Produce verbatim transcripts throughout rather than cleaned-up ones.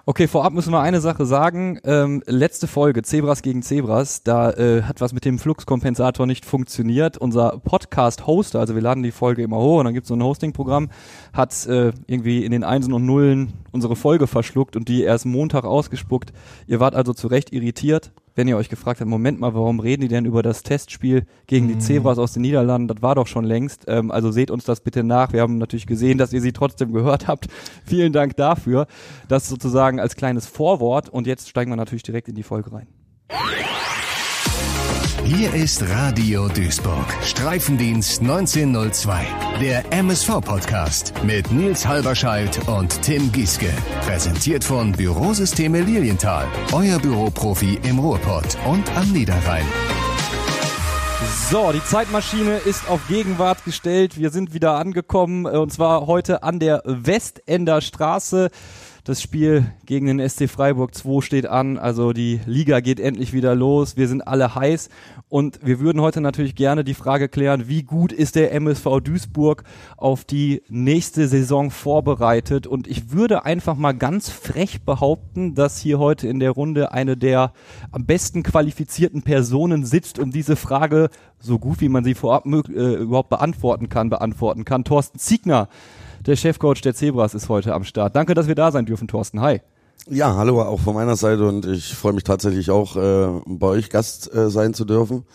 Okay, vorab müssen wir eine Sache sagen. Ähm, letzte Folge, Zebras gegen Zebras, da äh, hat was mit dem Fluxkompensator nicht funktioniert. Unser Podcast-Hoster, also wir laden die Folge immer hoch und dann gibt es so ein Hosting-Programm, hat äh, irgendwie in den Einsen und Nullen unsere Folge verschluckt und die erst Montag ausgespuckt. Ihr wart also zu Recht irritiert, wenn ihr euch gefragt habt, Moment mal, warum reden die denn über das Testspiel gegen die Zebras aus den Niederlanden? Das war doch schon längst. Ähm, also seht uns das bitte nach. Wir haben natürlich gesehen, dass ihr sie trotzdem gehört habt. Vielen Dank dafür. Das sozusagen als kleines Vorwort. Und jetzt steigen wir natürlich direkt in die Folge rein. Hier ist Radio Duisburg, Streifendienst neunzehnhundertzwei, der M S V-Podcast mit Nils Halberscheidt und Tim Gieske. Präsentiert von Bürosysteme Lilienthal, euer Büroprofi im Ruhrpott und am Niederrhein. So, die Zeitmaschine ist auf Gegenwart gestellt. Wir sind wieder angekommen, und zwar heute an der Westender Straße. Das Spiel gegen den S C Freiburg zwei steht an, also die Liga geht endlich wieder los, wir sind alle heiß und wir würden heute natürlich gerne die Frage klären, wie gut ist der M S V Duisburg auf die nächste Saison vorbereitet, und ich würde einfach mal ganz frech behaupten, dass hier heute in der Runde eine der am besten qualifizierten Personen sitzt, um diese Frage so gut wie man sie vorab äh, überhaupt beantworten kann, beantworten kann. Thorsten Ziegner, der Chefcoach der Zebras, ist heute am Start. Danke, dass wir da sein dürfen, Thorsten. Hi. Ja, hallo auch von meiner Seite, und ich freue mich tatsächlich auch, äh, bei euch Gast äh, sein zu dürfen.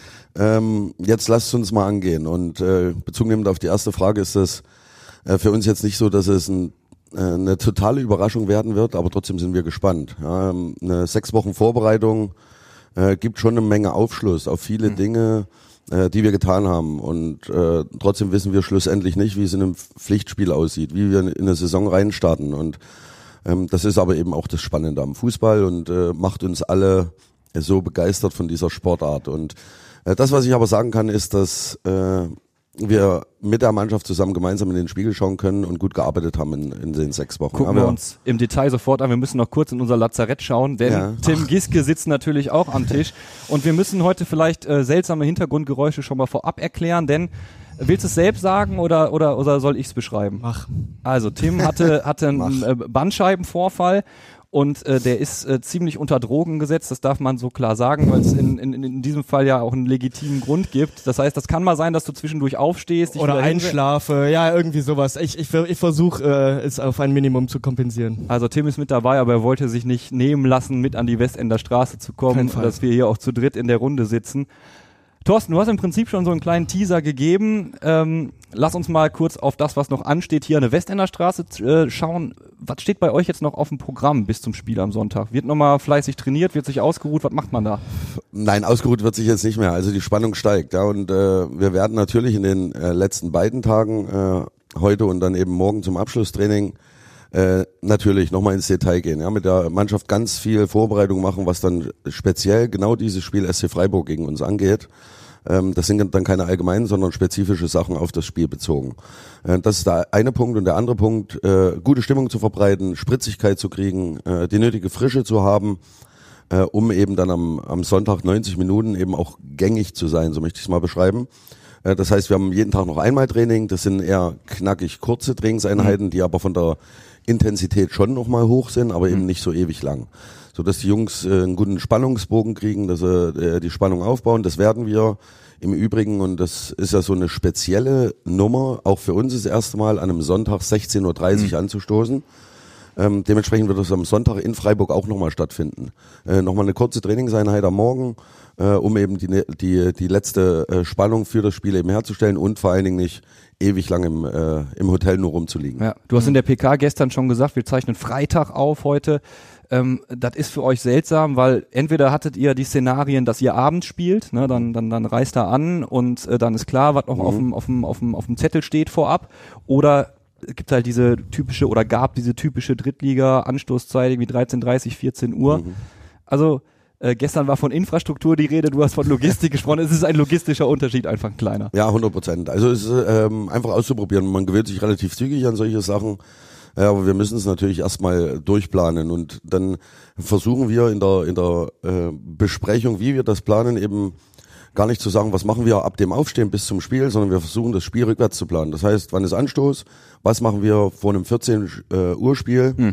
Ähm, jetzt lasst uns mal angehen, und äh, Bezug nehmend auf die erste Frage ist es äh, für uns jetzt nicht so, dass es ein, äh, eine totale Überraschung werden wird, aber trotzdem sind wir gespannt. Ja, eine sechs Wochen Vorbereitung äh, gibt schon eine Menge Aufschluss auf viele mhm. Dinge, die wir getan haben, und äh, trotzdem wissen wir schlussendlich nicht, wie es in einem Pflichtspiel aussieht, wie wir in eine Saison reinstarten, und ähm, das ist aber eben auch das Spannende am Fußball und äh, macht uns alle äh, so begeistert von dieser Sportart. Und äh, das, was ich aber sagen kann, ist, dass äh, wir mit der Mannschaft zusammen gemeinsam in den Spiegel schauen können und gut gearbeitet haben in, in den sechs Wochen. Gucken aber wir uns im Detail sofort an. Wir müssen noch kurz in unser Lazarett schauen, denn ja. Tim Gieske sitzt natürlich auch am Tisch. Und wir müssen heute vielleicht äh, seltsame Hintergrundgeräusche schon mal vorab erklären, denn willst du es selbst sagen oder oder oder soll ich es beschreiben? Mach. Also Tim hatte hatte einen äh, Bandscheibenvorfall. Und äh, der ist äh, ziemlich unter Drogen gesetzt, das darf man so klar sagen, weil es in, in, in diesem Fall ja auch einen legitimen Grund gibt. Das heißt, das kann mal sein, dass du zwischendurch aufstehst. Dich oder einschlafe, ja, irgendwie sowas. Ich, ich, ich versuche äh, es auf ein Minimum zu kompensieren. Also Tim ist mit dabei, aber er wollte sich nicht nehmen lassen, mit an die Westender Straße zu kommen, dass wir hier auch zu dritt in der Runde sitzen. Thorsten, du hast im Prinzip schon so einen kleinen Teaser gegeben. Ähm, lass uns mal kurz auf das, was noch ansteht, hier an der Westender Straße äh, schauen. Was steht bei euch jetzt noch auf dem Programm bis zum Spiel am Sonntag? Wird nochmal fleißig trainiert, wird sich ausgeruht? Was macht man da? Nein, ausgeruht wird sich jetzt nicht mehr. Also die Spannung steigt. Ja, und äh, wir werden natürlich in den äh, letzten beiden Tagen, äh, heute und dann eben morgen zum Abschlusstraining, Äh, natürlich nochmal ins Detail gehen, ja, mit der Mannschaft ganz viel Vorbereitung machen, was dann speziell genau dieses Spiel S C Freiburg gegen uns angeht. Ähm, das sind dann keine allgemeinen, sondern spezifische Sachen auf das Spiel bezogen. Äh, das ist der eine Punkt, und der andere Punkt, äh, gute Stimmung zu verbreiten, Spritzigkeit zu kriegen, äh, die nötige Frische zu haben, äh, um eben dann am, am Sonntag neunzig Minuten eben auch gängig zu sein, so möchte ich es mal beschreiben. Äh, das heißt, wir haben jeden Tag noch einmal Training, das sind eher knackig kurze Trainingseinheiten, mhm. die aber von der Intensität schon nochmal hoch sind, aber eben nicht so ewig lang. So dass die Jungs äh, einen guten Spannungsbogen kriegen, dass sie äh, die Spannung aufbauen. Das werden wir im Übrigen, und das ist ja so eine spezielle Nummer, auch für uns das erste Mal an einem Sonntag sechzehn Uhr dreißig mhm. anzustoßen. Ähm, dementsprechend wird das am Sonntag in Freiburg auch nochmal stattfinden. Äh, nochmal eine kurze Trainingseinheit am Morgen, äh, um eben die, die, die letzte äh, Spannung für das Spiel eben herzustellen und vor allen Dingen nicht ewig lang im, äh, im Hotel nur rumzuliegen. Ja, du hast in der P K gestern schon gesagt, wir zeichnen Freitag auf heute. Ähm, das ist für euch seltsam, weil entweder hattet ihr die Szenarien, dass ihr abends spielt, ne, dann, dann, dann reist er an und äh, dann ist klar, was noch mhm. auf dem, auf dem, auf dem, auf dem Zettel steht vorab, oder es gibt halt diese typische oder gab diese typische Drittliga-Anstoßzeit irgendwie dreizehn Uhr dreißig, vierzehn Uhr. Mhm. Also Äh, gestern war von Infrastruktur die Rede, du hast von Logistik gesprochen. Es ist ein logistischer Unterschied, einfach ein kleiner. Ja, hundert Prozent. Also es ist ähm, einfach auszuprobieren. Man gewöhnt sich relativ zügig an solche Sachen. Ja, aber wir müssen es natürlich erstmal durchplanen, und dann versuchen wir in der in der äh, Besprechung, wie wir das planen, eben gar nicht zu sagen, was machen wir ab dem Aufstehen bis zum Spiel, sondern wir versuchen, das Spiel rückwärts zu planen. Das heißt, wann ist Anstoß, was machen wir vor einem vierzehn Uhr Spiel, hm.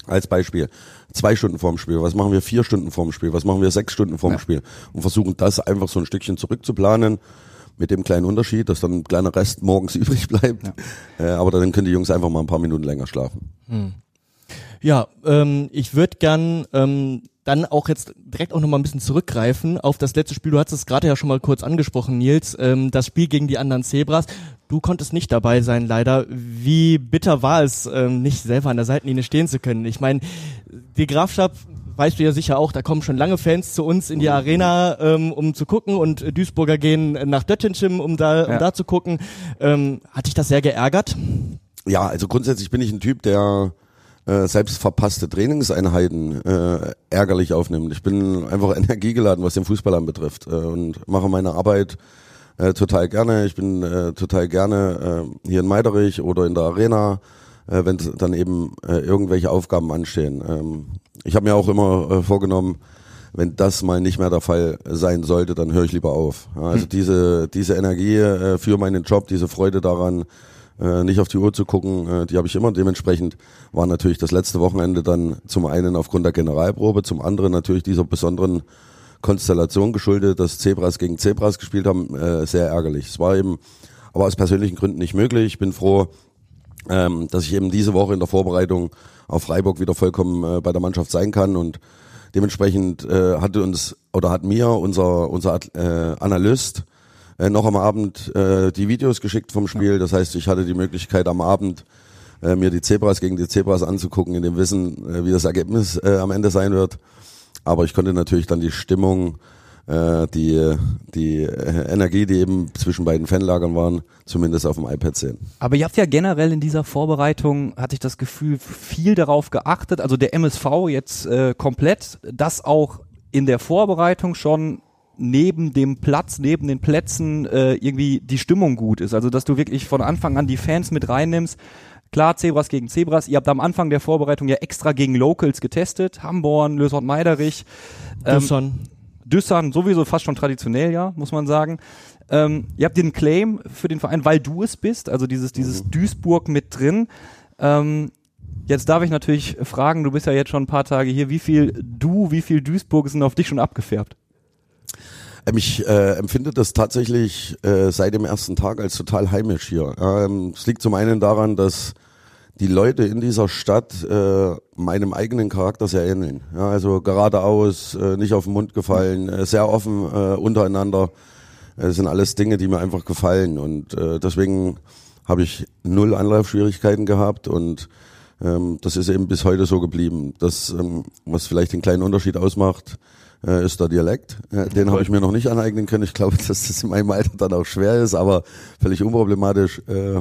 Als Beispiel. Zwei Stunden vorm Spiel. Was machen wir vier Stunden vorm Spiel? Was machen wir sechs Stunden vorm ja. Spiel? Und versuchen das einfach so ein Stückchen zurückzuplanen. Mit dem kleinen Unterschied, dass dann ein kleiner Rest morgens übrig bleibt. Ja. Äh, aber dann können die Jungs einfach mal ein paar Minuten länger schlafen. Hm. Ja, ähm, ich würde gern ähm, dann auch jetzt direkt auch nochmal ein bisschen zurückgreifen auf das letzte Spiel. Du hattest es gerade ja schon mal kurz angesprochen, Nils. Ähm, das Spiel gegen die anderen Zebras. Du konntest nicht dabei sein, leider. Wie bitter war es, ähm, nicht selber an der Seitenlinie stehen zu können? Ich meine, die Grafschaft, weißt du ja sicher auch, da kommen schon lange Fans zu uns in die Arena, ähm, um zu gucken, und Duisburger gehen nach Döttinschem, um da, um ja. da zu gucken. Ähm, hat dich das sehr geärgert? Ja, also grundsätzlich bin ich ein Typ, der äh, selbst verpasste Trainingseinheiten äh, ärgerlich aufnimmt. Ich bin einfach energiegeladen, was den Fußball anbetrifft, äh, und mache meine Arbeit äh, total gerne. Ich bin äh, total gerne äh, hier in Meiderich oder in der Arena, äh, wenn dann eben äh, irgendwelche Aufgaben anstehen. Ähm, ich habe mir auch immer äh, vorgenommen, wenn das mal nicht mehr der Fall sein sollte, dann höre ich lieber auf. Ja, also hm. diese diese Energie äh, für meinen Job, diese Freude daran, äh, nicht auf die Uhr zu gucken, äh, die habe ich immer. Dementsprechend war natürlich das letzte Wochenende dann zum einen aufgrund der Generalprobe, zum anderen natürlich dieser besonderen Konstellation geschuldet, dass Zebras gegen Zebras gespielt haben, äh, sehr ärgerlich. Es war eben aber aus persönlichen Gründen nicht möglich. Ich bin froh, ähm, dass ich eben diese Woche in der Vorbereitung auf Freiburg wieder vollkommen äh, bei der Mannschaft sein kann, und dementsprechend äh, hatte uns oder hat mir unser unser äh, Analyst äh, noch am Abend äh, die Videos geschickt vom Spiel. Das heißt, ich hatte die Möglichkeit am Abend äh, mir die Zebras gegen die Zebras anzugucken, in dem Wissen, äh, wie das Ergebnis äh, am Ende sein wird. Aber ich konnte natürlich dann die Stimmung, äh, die die äh, Energie, die eben zwischen beiden Fanlagern waren, zumindest auf dem iPad sehen. Aber ihr habt ja generell in dieser Vorbereitung, hatte ich das Gefühl, viel darauf geachtet, also der M S V jetzt äh, komplett, dass auch in der Vorbereitung schon neben dem Platz, neben den Plätzen äh, irgendwie die Stimmung gut ist. Also dass du wirklich von Anfang an die Fans mit reinnimmst. Klar, Zebras gegen Zebras. Ihr habt am Anfang der Vorbereitung ja extra gegen Locals getestet. Hamborn, Lösort-Meiderich. Ähm, Düssern. Düssern, sowieso fast schon traditionell, ja, muss man sagen. Ähm, ihr habt den Claim für den Verein, weil du es bist, also dieses, dieses Duisburg mit drin. Ähm, jetzt darf ich natürlich fragen, du bist ja jetzt schon ein paar Tage hier, wie viel du, wie viel Duisburg sind auf dich schon abgefärbt? Ähm, ich äh, empfinde das tatsächlich äh, seit dem ersten Tag als total heimisch hier. Ähm, es liegt zum einen daran, dass die Leute in dieser Stadt äh, meinem eigenen Charakter sehr ähneln. Ja, also geradeaus, äh, nicht auf den Mund gefallen, äh, sehr offen äh, untereinander. Das sind alles Dinge, die mir einfach gefallen, und äh, deswegen habe ich null Anlaufschwierigkeiten gehabt, und ähm, das ist eben bis heute so geblieben. Das, ähm, was vielleicht den kleinen Unterschied ausmacht, äh, ist der Dialekt. Äh, den habe ich mir noch nicht aneignen können. Ich glaube, dass das in meinem Alter dann auch schwer ist, aber völlig unproblematisch. Äh,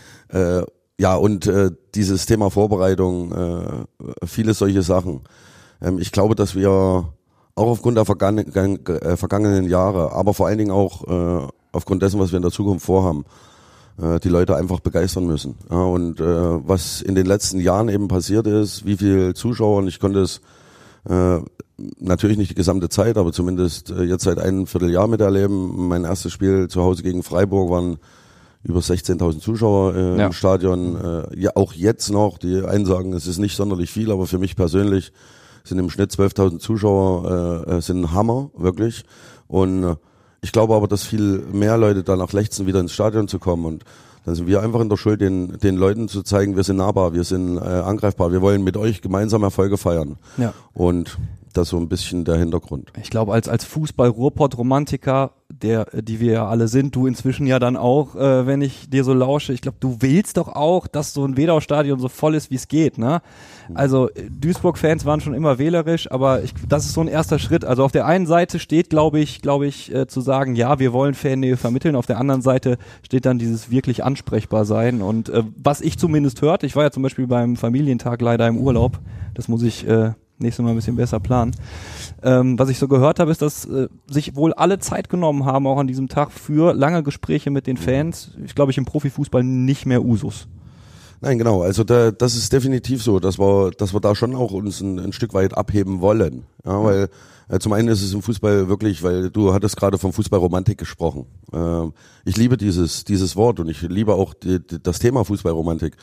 äh, ja, und äh, dieses Thema Vorbereitung, äh, viele solche Sachen. Ähm, ich glaube, dass wir auch aufgrund der vergangenen, äh, vergangenen Jahre, aber vor allen Dingen auch äh, aufgrund dessen, was wir in der Zukunft vorhaben, äh, die Leute einfach begeistern müssen. Ja, und äh, was in den letzten Jahren eben passiert ist, wie viele Zuschauer, und ich konnte es äh, natürlich nicht die gesamte Zeit, aber zumindest äh, jetzt seit einem Vierteljahr miterleben. Mein erstes Spiel zu Hause gegen Freiburg waren über sechzehntausend Zuschauer äh, ja. im Stadion. Äh, ja, auch jetzt noch, die einen sagen, es ist nicht sonderlich viel, aber für mich persönlich sind im Schnitt zwölftausend Zuschauer, äh, sind ein Hammer, wirklich. Und äh, ich glaube aber, dass viel mehr Leute danach lechzen, wieder ins Stadion zu kommen. Und dann sind wir einfach in der Schuld, den, den Leuten zu zeigen, wir sind nahbar, wir sind äh, angreifbar, wir wollen mit euch gemeinsam Erfolge feiern. Ja. Und das ist so ein bisschen der Hintergrund. Ich glaube, als als Fußball-Ruhrpott-Romantiker, der, die wir ja alle sind, du inzwischen ja dann auch, äh, wenn ich dir so lausche, ich glaube, du willst doch auch, dass so ein Wedau-Stadion so voll ist, wie es geht, ne? Also Duisburg-Fans waren schon immer wählerisch, aber ich, das ist so ein erster Schritt. Also auf der einen Seite steht, glaube ich, glaube ich, äh, zu sagen, ja, wir wollen Fannähe vermitteln. Auf der anderen Seite steht dann dieses wirklich ansprechbar sein. Und äh, was ich zumindest hörte, ich war ja zum Beispiel beim Familientag leider im Urlaub, das muss ich äh, nächstes Mal ein bisschen besser planen. Ähm, was ich so gehört habe, ist, dass äh, sich wohl alle Zeit genommen haben, auch an diesem Tag, für lange Gespräche mit den Fans. Ich glaube, ich im Profifußball nicht mehr Usus. Nein, genau. Also da, das ist definitiv so, dass wir, dass wir da schon auch uns ein, ein Stück weit abheben wollen. Ja, weil äh, zum einen ist es im Fußball wirklich, weil du hattest gerade vom Fußballromantik gesprochen. Äh, ich liebe dieses dieses Wort, und ich liebe auch die, die, das Thema Fußballromantik.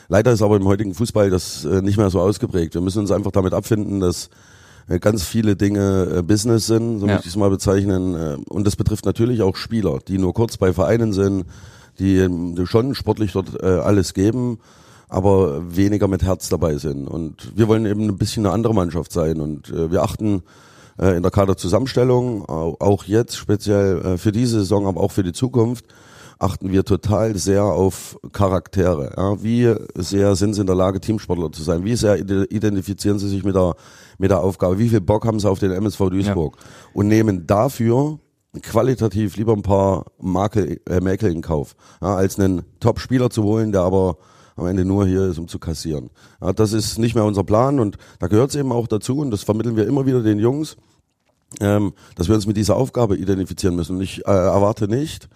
Leider ist aber im heutigen Fußball das äh, nicht mehr so ausgeprägt. Wir müssen uns einfach damit abfinden, dass äh, ganz viele Dinge äh, Business sind, so ja. möchte ich es mal bezeichnen. Äh, und das betrifft natürlich auch Spieler, die nur kurz bei Vereinen sind, die, die schon sportlich dort äh, alles geben, aber weniger mit Herz dabei sind. Und wir wollen eben ein bisschen eine andere Mannschaft sein. Und äh, wir achten äh, in der Kaderzusammenstellung, auch, auch jetzt speziell äh, für diese Saison, aber auch für die Zukunft, achten wir total sehr auf Charaktere. Ja, wie sehr sind sie in der Lage, Teamsportler zu sein? Wie sehr identifizieren sie sich mit der, mit der Aufgabe? Wie viel Bock haben sie auf den M S V Duisburg? Ja. Und nehmen dafür qualitativ lieber ein paar Makel, äh, Mäkel in Kauf, ja, als einen Top-Spieler zu holen, der aber am Ende nur hier ist, um zu kassieren. Ja, das ist nicht mehr unser Plan und da gehört es eben auch dazu und das vermitteln wir immer wieder den Jungs, ähm, dass wir uns mit dieser Aufgabe identifizieren müssen. Und ich äh, erwarte nicht,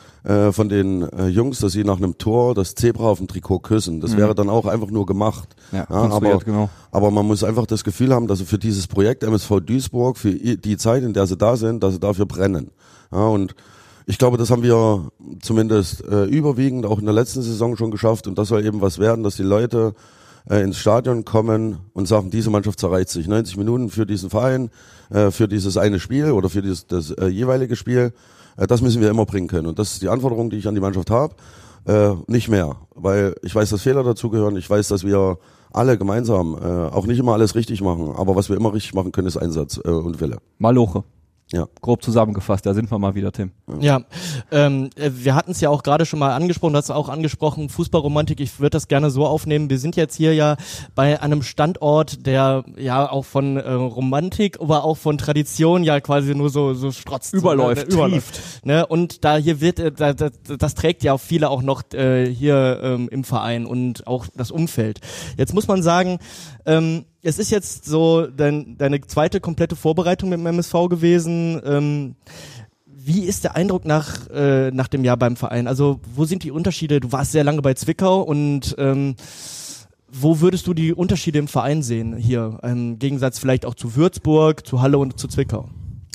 von den äh, Jungs, dass sie nach einem Tor das Zebra auf dem Trikot küssen. Das mhm. wäre dann auch einfach nur gemacht. Ja, ja, aber, genau. aber man muss einfach das Gefühl haben, dass sie für dieses Projekt M S V Duisburg, für die Zeit, in der sie da sind, dass sie dafür brennen. Ja, und ich glaube, das haben wir zumindest äh, überwiegend auch in der letzten Saison schon geschafft und das soll eben was werden, dass die Leute äh, ins Stadion kommen und sagen, diese Mannschaft zerreißt sich. neunzig Minuten für diesen Verein, äh, für dieses eine Spiel oder für dieses, das äh, jeweilige Spiel. Das müssen wir immer bringen können und das ist die Anforderung, die ich an die Mannschaft habe, äh, nicht mehr, weil ich weiß, dass Fehler dazugehören, ich weiß, dass wir alle gemeinsam äh, auch nicht immer alles richtig machen, aber was wir immer richtig machen können, ist Einsatz äh, und Wille. Maloche. Ja. Grob zusammengefasst, da sind wir mal wieder, Tim. Ja, ähm, wir hatten es ja auch gerade schon mal angesprochen, du hast auch angesprochen, Fußballromantik, ich würde das gerne so aufnehmen, wir sind jetzt hier ja bei einem Standort, der ja auch von äh, Romantik, aber auch von Tradition ja quasi nur so so strotzt. Überläuft, ne, überläuft. Ne? Und da hier wird, äh, da, das, das trägt ja viele auch noch äh, hier ähm, im Verein und auch das Umfeld. Jetzt muss man sagen, ähm, es ist jetzt so dein, deine zweite komplette Vorbereitung mit dem M S V gewesen. Ähm, wie ist der Eindruck nach äh, nach dem Jahr beim Verein? Also wo sind die Unterschiede? Du warst sehr lange bei Zwickau und ähm, wo würdest du die Unterschiede im Verein sehen hier? Im Gegensatz vielleicht auch zu Würzburg, zu Halle und zu Zwickau.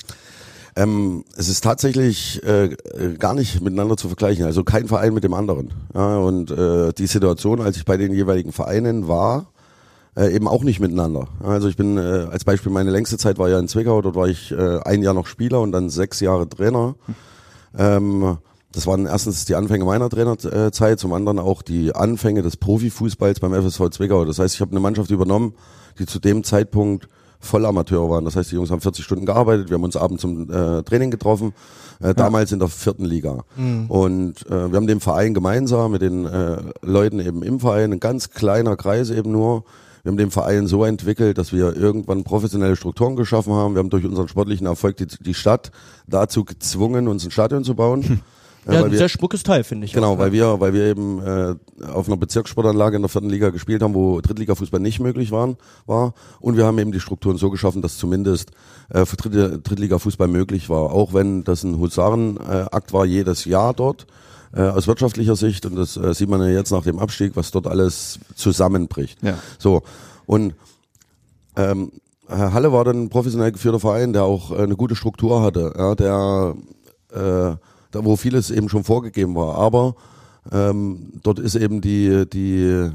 Ähm, es ist tatsächlich äh, gar nicht miteinander zu vergleichen. Also kein Verein mit dem anderen. Ja, und äh, die Situation, als ich bei den jeweiligen Vereinen war, Äh, eben auch nicht miteinander. Also ich bin äh, als Beispiel, meine längste Zeit war ja in Zwickau, dort war ich äh, ein Jahr noch Spieler und dann sechs Jahre Trainer. Ähm, das waren erstens die Anfänge meiner Trainerzeit, zum anderen auch die Anfänge des Profifußballs beim F S V Zwickau. Das heißt, ich habe eine Mannschaft übernommen, die zu dem Zeitpunkt voll Amateur waren. Das heißt, die Jungs haben vierzig Stunden gearbeitet, wir haben uns abends zum äh, Training getroffen, äh, damals in der vierten Liga. Mhm. Und äh, wir haben den Verein gemeinsam mit den äh, Leuten eben im Verein, ein ganz kleiner Kreis eben nur, wir haben den Verein so entwickelt, dass wir irgendwann professionelle Strukturen geschaffen haben. Wir haben durch unseren sportlichen Erfolg die, die Stadt dazu gezwungen, uns ein Stadion zu bauen. Hm. Äh, ja, ein wir, sehr schmuckes Teil, finde ich. Genau, auch, weil wir, weil wir eben äh, auf einer Bezirkssportanlage in der vierten Liga gespielt haben, wo Drittliga-Fußball nicht möglich waren, war. Und wir haben eben die Strukturen so geschaffen, dass zumindest äh, für Dritte, Drittliga-Fußball möglich war. Auch wenn das ein Husarenakt äh, war jedes Jahr dort. Äh, aus wirtschaftlicher Sicht, und das äh, sieht man ja jetzt nach dem Abstieg, was dort alles zusammenbricht. Ja. So, und ähm, Halle war dann ein professionell geführter Verein, der auch äh, eine gute Struktur hatte, ja, der, äh, da wo vieles eben schon vorgegeben war, aber ähm, dort ist eben die die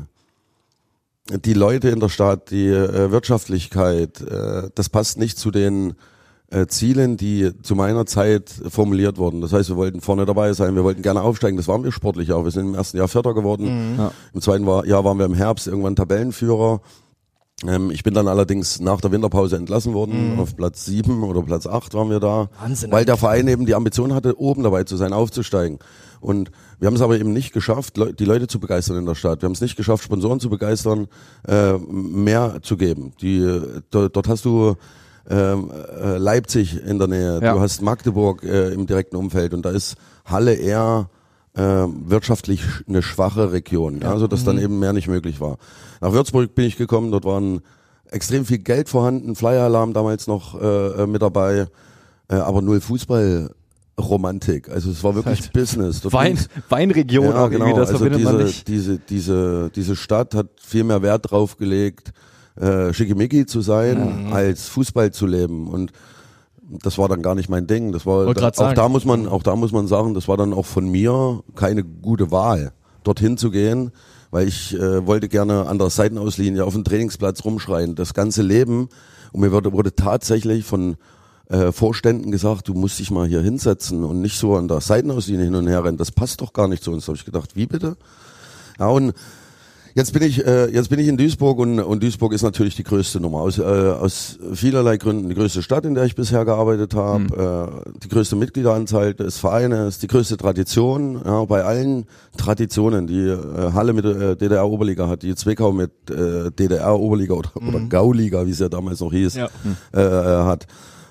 die Leute in der Stadt, die äh, Wirtschaftlichkeit, äh, das passt nicht zu den Zielen, die zu meiner Zeit formuliert wurden. Das heißt, wir wollten vorne dabei sein, wir wollten gerne aufsteigen, das waren wir sportlich auch. Wir sind im ersten Jahr Vierter geworden, mhm. ja. Im zweiten Jahr waren wir im Herbst irgendwann Tabellenführer. Ähm, ich bin dann allerdings nach der Winterpause entlassen worden, mhm. auf Platz sieben oder Platz acht waren wir da, Wahnsinn, weil der Verein eben die Ambition hatte, oben dabei zu sein, aufzusteigen. Und wir haben es aber eben nicht geschafft, die Leute zu begeistern in der Stadt. Wir haben es nicht geschafft, Sponsoren zu begeistern, äh, mehr zu geben. Die, dort hast du Ähm, äh, Leipzig in der Nähe, ja. Du hast Magdeburg äh, im direkten Umfeld und da ist Halle eher äh, wirtschaftlich eine schwache Region, ja. Also dass mhm. dann eben mehr nicht möglich war. Nach Würzburg bin ich gekommen, dort waren extrem viel Geld vorhanden, Flyer-Alarm damals noch äh, mit dabei, äh, aber null Fußballromantik, also es war wirklich halt Business. Dort Wein, Weinregion ja, auch genau. irgendwie, das also verbindet diese, man nicht. Diese, diese, diese Stadt hat viel mehr Wert drauf gelegt, Äh, schickimicki zu sein, mhm. als Fußball zu leben, und das war dann gar nicht mein Ding. Das war da, auch da muss man, auch da muss man sagen, das war dann auch von mir keine gute Wahl, dorthin zu gehen, weil ich äh, wollte gerne an der Seitenauslinie auf dem Trainingsplatz rumschreien. Das ganze Leben, und mir wurde, wurde tatsächlich von äh, Vorständen gesagt, du musst dich mal hier hinsetzen und nicht so an der Seitenauslinie hin und her rennen. Das passt doch gar nicht zu uns. Da habe ich gedacht, wie bitte? Ja, und Jetzt bin ich äh, jetzt bin ich in Duisburg und, und Duisburg ist natürlich die größte Nummer aus äh, aus vielerlei Gründen die größte Stadt, in der ich bisher gearbeitet habe, mhm. äh, die größte Mitgliederanzahl des Vereines, die größte Tradition. Ja, bei allen Traditionen, die äh, Halle mit äh, D D R-Oberliga hat, die Zwickau mit äh, D D R-Oberliga oder, mhm. oder Gauliga, wie es ja damals noch hieß, ja. mhm. äh, hat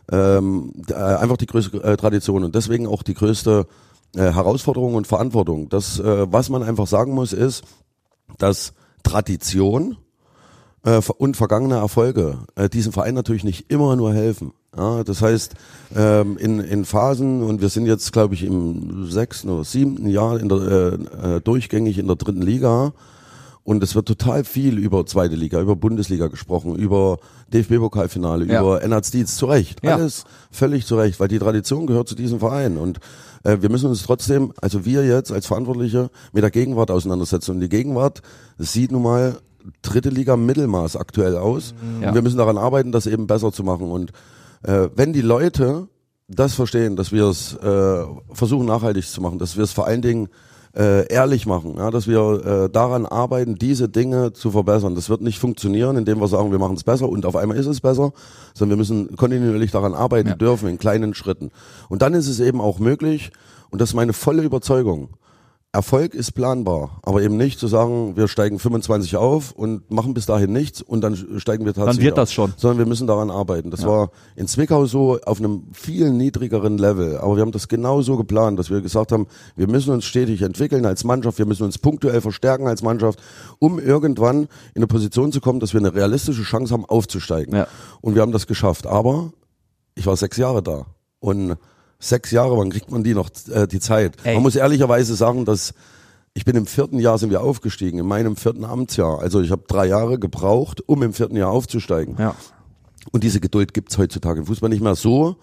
ähm, äh, einfach die größte äh, Tradition und deswegen auch die größte äh, Herausforderung und Verantwortung. Das, äh, was man einfach sagen muss, ist, dass Tradition äh, und vergangene Erfolge äh, diesem Verein natürlich nicht immer nur helfen. Ja, das heißt, ähm, in, in Phasen, und wir sind jetzt, glaube ich, im sechsten oder siebten Jahr in der, äh, durchgängig in der dritten Liga, und es wird total viel über zweite Liga, über Bundesliga gesprochen, über D F B-Pokalfinale, ja. über N H Z zu Recht. Ja. Alles völlig zu Recht, weil die Tradition gehört zu diesem Verein. Und äh, wir müssen uns trotzdem, also wir jetzt als Verantwortliche, mit der Gegenwart auseinandersetzen. Und die Gegenwart sieht nun mal dritte Liga Mittelmaß aktuell aus. Ja. Und wir müssen daran arbeiten, das eben besser zu machen. Und äh, wenn die Leute das verstehen, dass wir es äh, versuchen nachhaltig zu machen, dass wir es vor allen Dingen Äh, ehrlich machen, ja, dass wir äh, daran arbeiten, diese Dinge zu verbessern. Das wird nicht funktionieren, indem wir sagen, wir machen es besser und auf einmal ist es besser, sondern wir müssen kontinuierlich daran arbeiten ja. dürfen, in kleinen Schritten. Und dann ist es eben auch möglich, und das ist meine volle Überzeugung, Erfolg ist planbar, aber eben nicht zu sagen, wir steigen fünfundzwanzig auf und machen bis dahin nichts und dann steigen wir tatsächlich Dann wird auf. das schon. Sondern wir müssen daran arbeiten. Das ja. war in Zwickau so auf einem viel niedrigeren Level, aber wir haben das genau so geplant, dass wir gesagt haben, wir müssen uns stetig entwickeln als Mannschaft, wir müssen uns punktuell verstärken als Mannschaft, um irgendwann in eine Position zu kommen, dass wir eine realistische Chance haben, aufzusteigen. Ja. Und wir haben das geschafft, aber ich war sechs Jahre da und Sechs Jahre, wann kriegt man die noch, äh, die Zeit? Ey. Man muss ehrlicherweise sagen, dass ich bin im vierten Jahr sind wir aufgestiegen, in meinem vierten Amtsjahr. Also ich habe drei Jahre gebraucht, um im vierten Jahr aufzusteigen. Ja. Und diese Geduld gibt's heutzutage im Fußball nicht mehr so.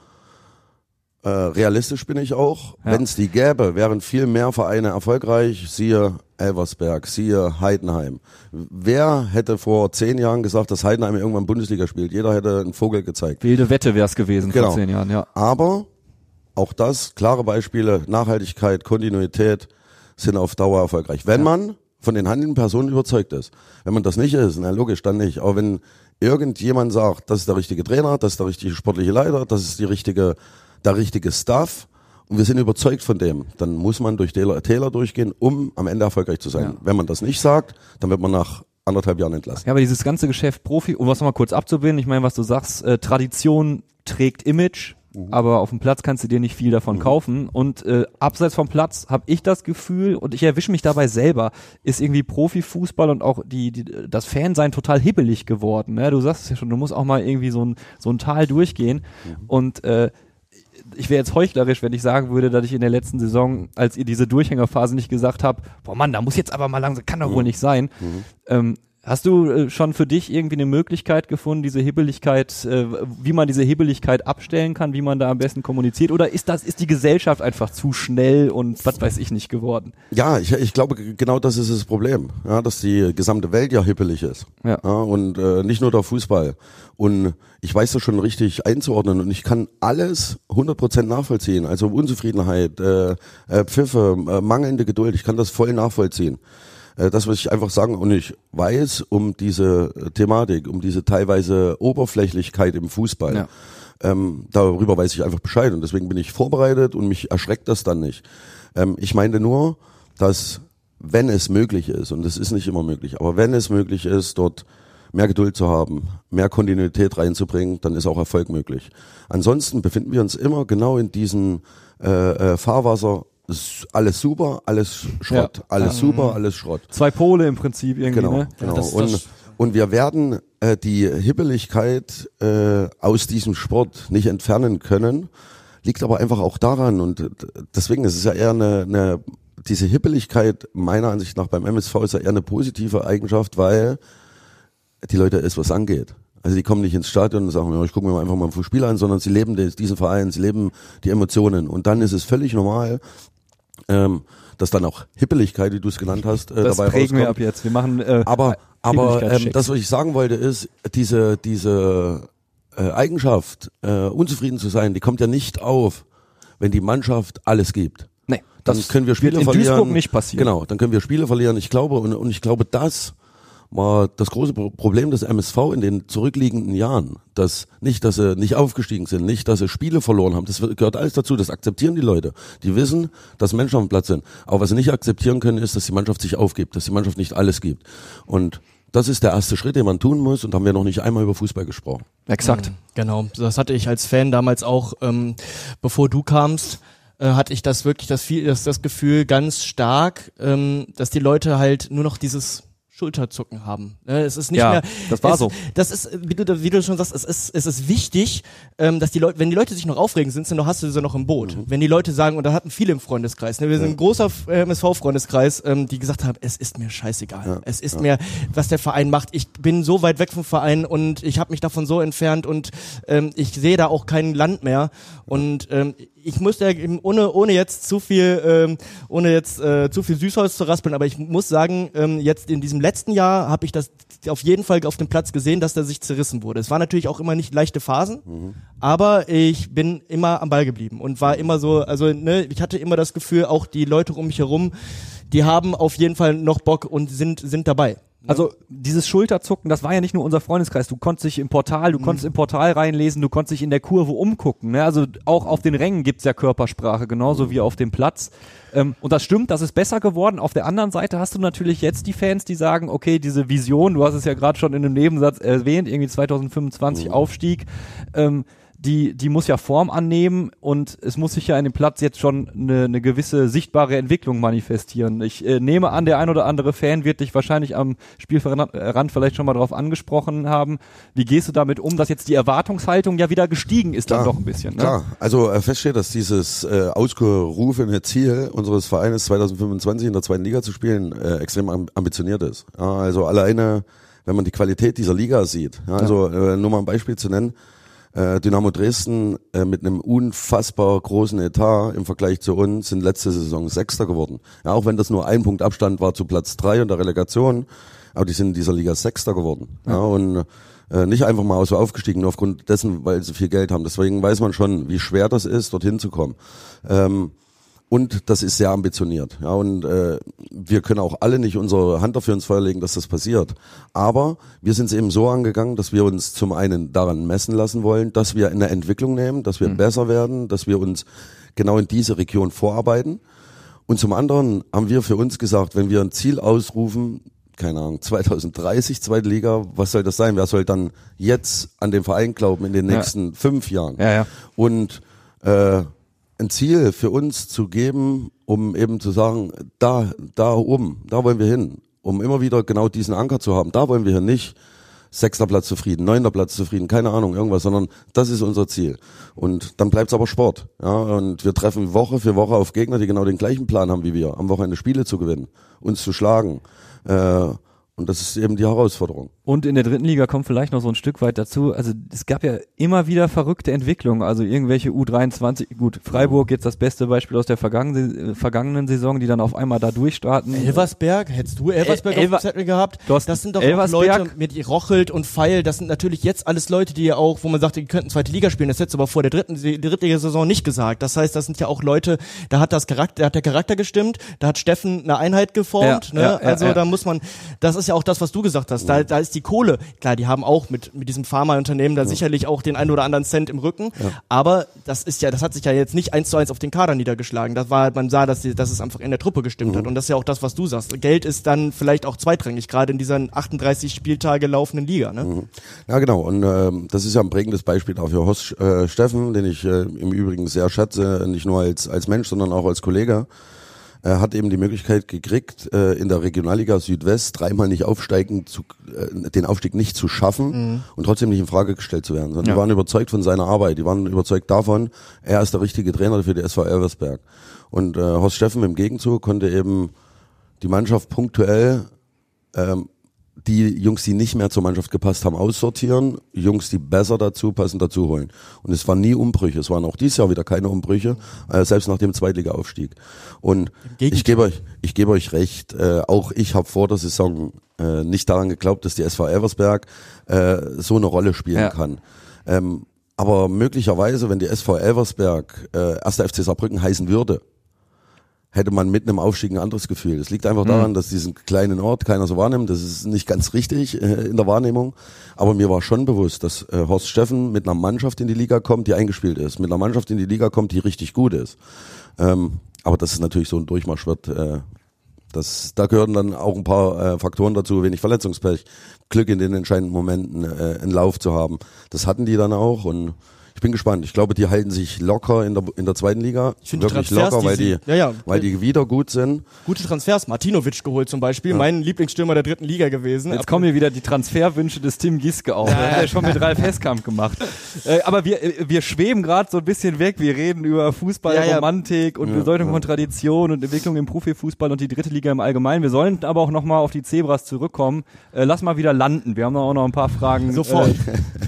Äh, realistisch bin ich auch. Ja. Wenn es die gäbe, wären viel mehr Vereine erfolgreich. Siehe Elversberg, siehe Heidenheim. Wer hätte vor zehn Jahren gesagt, dass Heidenheim irgendwann Bundesliga spielt? Jeder hätte einen Vogel gezeigt. Wilde Wette wäre es gewesen genau. vor zehn Jahren, ja. Aber auch das, klare Beispiele, Nachhaltigkeit, Kontinuität sind auf Dauer erfolgreich. Wenn ja. man von den handelnden Personen überzeugt ist. Wenn man das nicht ist, na logisch, dann nicht. Aber wenn irgendjemand sagt, das ist der richtige Trainer, das ist der richtige sportliche Leiter, das ist die richtige, der richtige Staff und wir sind überzeugt von dem, dann muss man durch Täler, Täler durchgehen, um am Ende erfolgreich zu sein. Ja. Wenn man das nicht sagt, dann wird man nach anderthalb Jahren entlassen. Ja, aber dieses ganze Geschäft Profi, um was nochmal kurz abzubinden, ich meine, was du sagst, äh, Tradition trägt Image, Mhm. aber auf dem Platz kannst du dir nicht viel davon mhm. kaufen und äh, abseits vom Platz habe ich das Gefühl, und ich erwische mich dabei selber, ist irgendwie Profifußball und auch die, die das Fansein total hibbelig geworden. Ne? Du sagst es ja schon, du musst auch mal irgendwie so ein, so ein Tal durchgehen mhm. und äh, ich wäre jetzt heuchlerisch, wenn ich sagen würde, dass ich in der letzten Saison, als ihr diese Durchhängerphase nicht gesagt habt, boah Mann, da muss jetzt aber mal langsam, kann doch mhm. wohl nicht sein. Mhm. Ähm, Hast du äh, schon für dich irgendwie eine Möglichkeit gefunden, diese Hibbeligkeit, äh, wie man diese Hibbeligkeit abstellen kann, wie man da am besten kommuniziert? Oder ist das, ist die Gesellschaft einfach zu schnell und was weiß ich nicht geworden? Ja, ich, ich glaube, genau das ist das Problem, ja, dass die gesamte Welt ja hibbelig ist. Ja. Ja, und äh, nicht nur der Fußball. Und ich weiß das schon richtig einzuordnen und ich kann alles hundert Prozent nachvollziehen. Also Unzufriedenheit, äh, äh, Pfiffe, äh, mangelnde Geduld, ich kann das voll nachvollziehen. Das, was ich einfach sagen, und ich weiß um diese Thematik, um diese teilweise Oberflächlichkeit im Fußball, ja. ähm, darüber weiß ich einfach Bescheid und deswegen bin ich vorbereitet und mich erschreckt das dann nicht. Ähm, ich meine nur, dass wenn es möglich ist, und es ist nicht immer möglich, aber wenn es möglich ist, dort mehr Geduld zu haben, mehr Kontinuität reinzubringen, dann ist auch Erfolg möglich. Ansonsten befinden wir uns immer genau in diesem äh, äh, Fahrwasser, alles super, alles Schrott, ja. alles ähm, super, alles Schrott. Zwei Pole im Prinzip irgendwie, genau, ne? Genau. Das, und, das und wir werden äh, die Hibbeligkeit äh, aus diesem Sport nicht entfernen können, liegt aber einfach auch daran und deswegen ist es ja eher eine, eine diese Hibbeligkeit meiner Ansicht nach beim M S V ist ja eher eine positive Eigenschaft, weil die Leute es was angeht. Also die kommen nicht ins Stadion und sagen, ja, ich gucke mir einfach mal ein Spiel an, sondern sie leben diesen Verein, sie leben die Emotionen und dann ist es völlig normal, ähm, dass dann auch Hippeligkeit, wie du es genannt hast, äh, das dabei prägen rauskommt. wir ab jetzt. Wir machen äh, Aber, aber ähm, Hippeligkeitschecks. das, was ich sagen wollte, ist, diese, diese äh, Eigenschaft, äh, unzufrieden zu sein, die kommt ja nicht auf, wenn die Mannschaft alles gibt. Nee, Dann das können wir Spiele wird in verlieren. Duisburg nicht passieren. Genau, dann können wir Spiele verlieren. Ich glaube, und, und ich glaube, das war das große Problem des M S V in den zurückliegenden Jahren. Dass nicht, dass sie nicht aufgestiegen sind, nicht, dass sie Spiele verloren haben. Das gehört alles dazu. Das akzeptieren die Leute. Die wissen, dass Menschen auf dem Platz sind. Aber was sie nicht akzeptieren können, ist, dass die Mannschaft sich aufgibt, dass die Mannschaft nicht alles gibt. Und das ist der erste Schritt, den man tun muss. Und haben wir noch nicht einmal über Fußball gesprochen. Exakt. Mhm, genau, das hatte ich als Fan damals auch, ähm, bevor du kamst, äh, hatte ich das wirklich das, viel, das, das Gefühl ganz stark, ähm, dass die Leute halt nur noch dieses Schulterzucken haben. Es ist nicht Ja, mehr. das war es, so. Das ist, wie du, wie du schon sagst, es ist, es ist wichtig, ähm, dass die Leute, wenn die Leute sich noch aufregen, sind sie noch, hast du sie noch im Boot. Mhm. Wenn die Leute sagen, und da hatten viele im Freundeskreis, ne, wir sind ein großer äh, M S V-Freundeskreis, ähm, die gesagt haben, es ist mir scheißegal. Ja, es ist ja. mir, was der Verein macht. Ich bin so weit weg vom Verein und ich habe mich davon so entfernt und ähm, ich sehe da auch kein Land mehr. Und ähm, ich muss ja eben ohne ohne jetzt zu viel ähm, ohne jetzt äh, zu viel Süßholz zu raspeln, aber ich muss sagen, ähm, jetzt in diesem letzten Jahr habe ich das auf jeden Fall auf dem Platz gesehen, dass der sich zerrissen wurde. Es waren natürlich auch immer nicht leichte Phasen, mhm. aber ich bin immer am Ball geblieben und war immer so, also ne, ich hatte immer das Gefühl, auch die Leute um mich herum, die haben auf jeden Fall noch Bock und sind sind dabei. Also dieses Schulterzucken, das war ja nicht nur unser Freundeskreis. Du konntest dich im Portal, du mhm. konntest im Portal reinlesen, du konntest dich in der Kurve umgucken. Ne? Also auch auf den Rängen gibt's ja Körpersprache, genauso wie auf dem Platz. Ähm, und das stimmt, das ist besser geworden. Auf der anderen Seite hast du natürlich jetzt die Fans, die sagen, okay, diese Vision, du hast es ja gerade schon in einem Nebensatz erwähnt, irgendwie zwanzig fünfundzwanzig mhm. Aufstieg, ähm, die die muss ja Form annehmen und es muss sich ja in dem Platz jetzt schon eine, eine gewisse sichtbare Entwicklung manifestieren. Ich äh, nehme an, der ein oder andere Fan wird dich wahrscheinlich am Spielrand vielleicht schon mal drauf angesprochen haben. Wie gehst du damit um, dass jetzt die Erwartungshaltung ja wieder gestiegen ist, klar, dann doch ein bisschen? Ne? Klar, also äh, feststeht, dass dieses äh, ausgerufene Ziel unseres Vereines zwanzig fünfundzwanzig in der zweiten Liga zu spielen äh, extrem ambitioniert ist. Ja, also alleine, wenn man die Qualität dieser Liga sieht, ja, also äh, nur mal ein Beispiel zu nennen, Dynamo Dresden äh, mit einem unfassbar großen Etat im Vergleich zu uns sind letzte Saison Sechster geworden. Ja, auch wenn das nur ein Punkt Abstand war zu Platz drei und der Relegation, aber die sind in dieser Liga Sechster geworden. Ja, ja und äh, nicht einfach mal so aufgestiegen, nur aufgrund dessen, weil sie viel Geld haben. Deswegen weiß man schon, wie schwer das ist, dorthin zu kommen. Ähm, Und das ist sehr ambitioniert. Ja, und äh, wir können auch alle nicht unsere Hand dafür ins Feuer legen, dass das passiert. Aber wir sind es eben so angegangen, dass wir uns zum einen daran messen lassen wollen, dass wir in der Entwicklung nehmen, dass wir mhm. besser werden, dass wir uns genau in diese Region vorarbeiten. Und zum anderen haben wir für uns gesagt, wenn wir ein Ziel ausrufen, keine Ahnung, zwanzig dreißig, zweite Liga, was soll das sein? Wer soll dann jetzt an den Verein glauben in den nächsten ja. fünf Jahren? Ja, ja. Und äh, ein Ziel für uns zu geben, um eben zu sagen, da, da oben, da wollen wir hin, um immer wieder genau diesen Anker zu haben. Da wollen wir hier nicht sechster Platz zufrieden, neunter Platz zufrieden, keine Ahnung, irgendwas, sondern das ist unser Ziel. Und dann bleibt's aber Sport. Ja, und wir treffen Woche für Woche auf Gegner, die genau den gleichen Plan haben wie wir, am Wochenende Spiele zu gewinnen, uns zu schlagen. Äh, Und das ist eben die Herausforderung. Und in der dritten Liga kommt vielleicht noch so ein Stück weit dazu, also es gab ja immer wieder verrückte Entwicklungen, also irgendwelche U dreiundzwanzig, gut, Freiburg jetzt das beste Beispiel aus der vergangenen, vergangenen Saison, die dann auf einmal da durchstarten. Elversberg, hättest du Elversberg El- auf dem Zettel gehabt? Das sind doch auch Leute mit Rochelt und Pfeil, das sind natürlich jetzt alles Leute, die ja auch, wo man sagt, die könnten zweite Liga spielen, das hättest du aber vor der dritten, die dritte Saison nicht gesagt. Das heißt, das sind ja auch Leute, da hat das Charakter, da hat der Charakter gestimmt, da hat Steffen eine Einheit geformt, ja, ne? Ja, ja, also ja. da muss man, das ist ja auch das, was du gesagt hast, da, da ist die Kohle, klar, die haben auch mit, mit diesem Pharmaunternehmen da ja. sicherlich auch den einen oder anderen Cent im Rücken, ja. aber das ist ja, das hat sich ja jetzt nicht eins zu eins auf den Kader niedergeschlagen, das war, man sah, dass, die, dass es einfach in der Truppe gestimmt mhm. hat und das ist ja auch das, was du sagst, Geld ist dann vielleicht auch zweitrangig, gerade in dieser achtunddreißig Spieltage laufenden Liga, ne? Mhm. Ja, genau, und ähm, das ist ja ein prägendes Beispiel dafür. Horst äh, Steffen, den ich äh, im Übrigen sehr schätze, nicht nur als, als Mensch, sondern auch als Kollege, Er hat eben die Möglichkeit gekriegt, äh, in der Regionalliga Südwest dreimal nicht aufsteigen, zu, äh, den Aufstieg nicht zu schaffen mhm. und trotzdem nicht in Frage gestellt zu werden. Sondern ja. Die waren überzeugt von seiner Arbeit, die waren überzeugt davon, er ist der richtige Trainer für die S V Elversberg. Und äh, Horst Steffen im Gegenzug konnte eben die Mannschaft punktuell ähm, die Jungs, die nicht mehr zur Mannschaft gepasst haben, aussortieren, Jungs, die besser dazu passen, dazu holen. Und es waren nie Umbrüche, es waren auch dieses Jahr wieder keine Umbrüche, äh, selbst nach dem Zweitliga-Aufstieg. Und ich gebe euch, ich gebe euch recht, äh, auch ich habe vor der Saison äh, nicht daran geglaubt, dass die S V Elversberg äh, so eine Rolle spielen ja. kann. Ähm, aber möglicherweise, wenn die S V Elversberg äh, erster F C Saarbrücken heißen würde, hätte man mit einem Aufstieg ein anderes Gefühl. Das liegt einfach daran, mhm. dass diesen kleinen Ort keiner so wahrnimmt. Das ist nicht ganz richtig äh, in der Wahrnehmung. Aber mir war schon bewusst, dass äh, Horst Steffen mit einer Mannschaft in die Liga kommt, die eingespielt ist. Mit einer Mannschaft in die Liga kommt, die richtig gut ist. Ähm, aber dass es natürlich so ein Durchmarsch wird, äh, das, da gehören dann auch ein paar äh, Faktoren dazu, wenig Verletzungspech, Glück in den entscheidenden Momenten, äh, einen Lauf zu haben. Das hatten die dann auch und ich bin gespannt. Ich glaube, die halten sich locker in der in der zweiten Liga. Ich finde wirklich die Transfers, locker, weil die, die, ja, ja. weil die wieder gut sind. Gute Transfers. Martinovic geholt zum Beispiel, ja. mein Lieblingsstürmer der dritten Liga gewesen. Jetzt kommen hier wieder die Transferwünsche des Tim Gieske auf. Ja. Das hat er schon mit Ralf Heskamp gemacht. äh, aber wir wir schweben gerade so ein bisschen weg. Wir reden über Fußball, ja, ja. Romantik und ja, Bedeutung ja. von Tradition und Entwicklung im Profifußball und die dritte Liga im Allgemeinen. Wir sollen aber auch nochmal auf die Zebras zurückkommen. Äh, lass mal wieder landen. Wir haben auch noch ein paar Fragen. Sofort. Äh,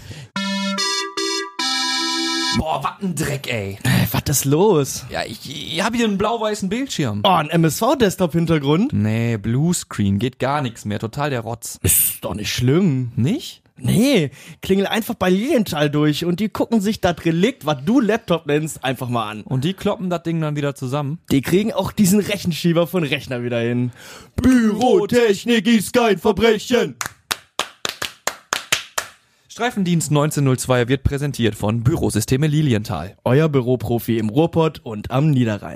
Boah, was ein Dreck, ey. Was ist los? Ja, ich, ich habe hier einen blau-weißen Bildschirm. Oh, ein M S V-Desktop-Hintergrund? Nee, Bluescreen, geht gar nichts mehr, total der Rotz. Ist doch nicht schlimm. Nicht? Nee, klingel einfach bei Lilienthal durch und die gucken sich das Relikt, was du Laptop nennst, einfach mal an. Und die kloppen das Ding dann wieder zusammen? Die kriegen auch diesen Rechenschieber von Rechner wieder hin. Bürotechnik ist kein Verbrechen. Streifendienst neunzehnhundertzwei wird präsentiert von Bürosysteme Lilienthal. Euer Büroprofi im Ruhrpott und am Niederrhein.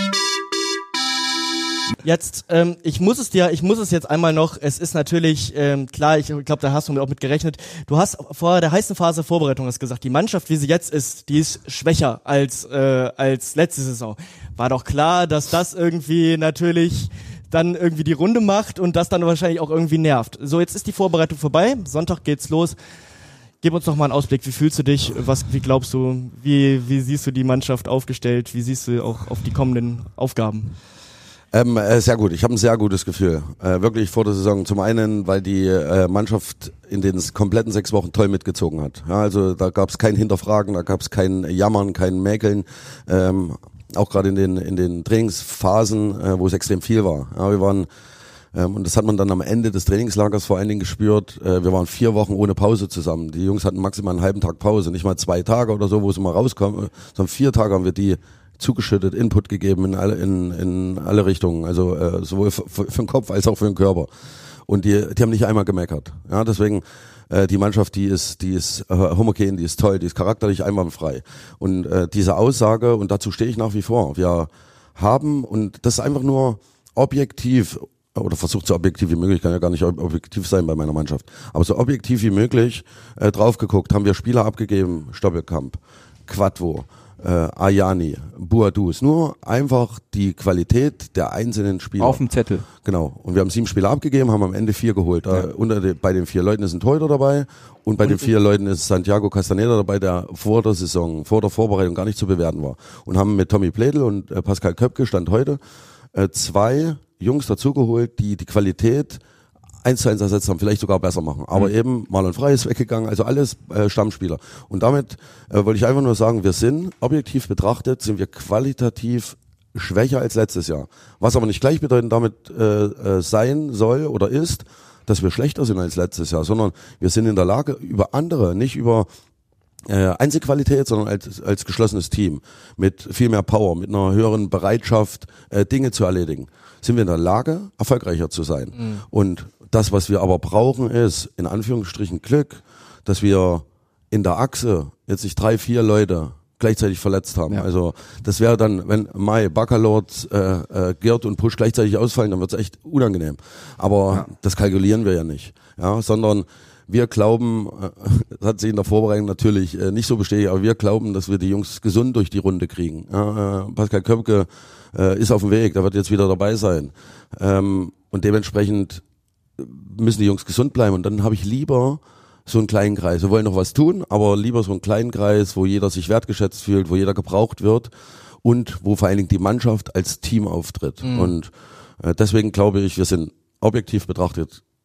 Jetzt, ähm, ich muss es dir, ich muss es jetzt einmal noch, es ist natürlich, ähm, klar, ich glaube, da hast du auch mit gerechnet, du hast vor der heißen Phase Vorbereitung hast gesagt, die Mannschaft, wie sie jetzt ist, die ist schwächer als, äh, als letzte Saison. War doch klar, dass das irgendwie natürlich dann irgendwie die Runde macht und das dann wahrscheinlich auch irgendwie nervt. So, jetzt ist die Vorbereitung vorbei, Sonntag geht's los. Gib uns noch mal einen Ausblick. Wie fühlst du dich? Was, wie glaubst du? Wie, wie siehst du die Mannschaft aufgestellt? Wie siehst du auch auf die kommenden Aufgaben? Ähm, äh, sehr gut. Ich habe ein sehr gutes Gefühl. Äh, wirklich vor der Saison. Zum einen, weil die äh, Mannschaft in den kompletten sechs Wochen toll mitgezogen hat. Ja, also da gab es kein Hinterfragen, da gab es kein Jammern, kein Mäkeln. Ähm, auch gerade in den in den Trainingsphasen, äh, wo es extrem viel war. Ja, wir waren Ähm, und das hat man dann am Ende des Trainingslagers vor allen Dingen gespürt. Äh, wir waren vier Wochen ohne Pause zusammen. Die Jungs hatten maximal einen halben Tag Pause, nicht mal zwei Tage oder so, wo sie mal rauskommen, sondern vier Tage haben wir die zugeschüttet, Input gegeben in alle in, in alle Richtungen, also äh, sowohl für, für den Kopf als auch für den Körper. Und die die haben nicht einmal gemeckert. Ja, deswegen äh, die Mannschaft, die ist die ist äh, homogen, die ist toll, die ist charakterlich einwandfrei. Und äh, diese Aussage, und dazu stehe ich nach wie vor, wir haben, und das ist einfach nur objektiv, oder versucht so objektiv wie möglich, kann ja gar nicht objektiv sein bei meiner Mannschaft, aber so objektiv wie möglich äh, drauf geguckt, haben wir Spieler abgegeben, Stoppelkamp, Quadvo, äh, Ayani, Buadus, nur einfach die Qualität der einzelnen Spieler. Auf dem Zettel. Genau. Und wir haben sieben Spieler abgegeben, haben am Ende vier geholt. Ja. Äh, unter de, bei den vier Leuten ist ein Torhüter dabei und bei und den vier Leuten ist Santiago Castaneda dabei, der vor der Saison, vor der Vorbereitung gar nicht zu bewerten war. Und haben mit Tommy Pledl und äh, Pascal Köpke, Stand heute, äh, zwei Jungs dazugeholt, die die Qualität eins zu eins ersetzt haben, vielleicht sogar besser machen. Aber mhm. eben Marlon Frey ist weggegangen, also alles äh, Stammspieler. Und damit äh, wollte ich einfach nur sagen, wir sind, objektiv betrachtet, sind wir qualitativ schwächer als letztes Jahr. Was aber nicht gleichbedeutend damit äh, äh, sein soll oder ist, dass wir schlechter sind als letztes Jahr, sondern wir sind in der Lage, über andere, nicht über Äh, Einzelqualität, sondern als, als geschlossenes Team mit viel mehr Power, mit einer höheren Bereitschaft, äh, Dinge zu erledigen, sind wir in der Lage, erfolgreicher zu sein. Mhm. Und das, was wir aber brauchen, ist in Anführungsstrichen Glück, dass wir in der Achse jetzt nicht drei, vier Leute gleichzeitig verletzt haben. Ja. Also das wäre dann, wenn Mai, Baccalord, äh, äh, Gerd und Pusch gleichzeitig ausfallen, dann wird es echt unangenehm. Aber ja. das kalkulieren wir ja nicht, ja, sondern wir glauben, das hat sich in der Vorbereitung natürlich äh, nicht so bestätigt, aber wir glauben, dass wir die Jungs gesund durch die Runde kriegen. Ja, äh, Pascal Köpke äh, ist auf dem Weg, der wird jetzt wieder dabei sein. Ähm, und dementsprechend müssen die Jungs gesund bleiben. Und dann habe ich lieber so einen kleinen Kreis. Wir wollen noch was tun, aber lieber so einen kleinen Kreis, wo jeder sich wertgeschätzt fühlt, wo jeder gebraucht wird und wo vor allen Dingen die Mannschaft als Team auftritt. Mhm. Und äh, deswegen glaube ich, wir sind objektiv betrachtet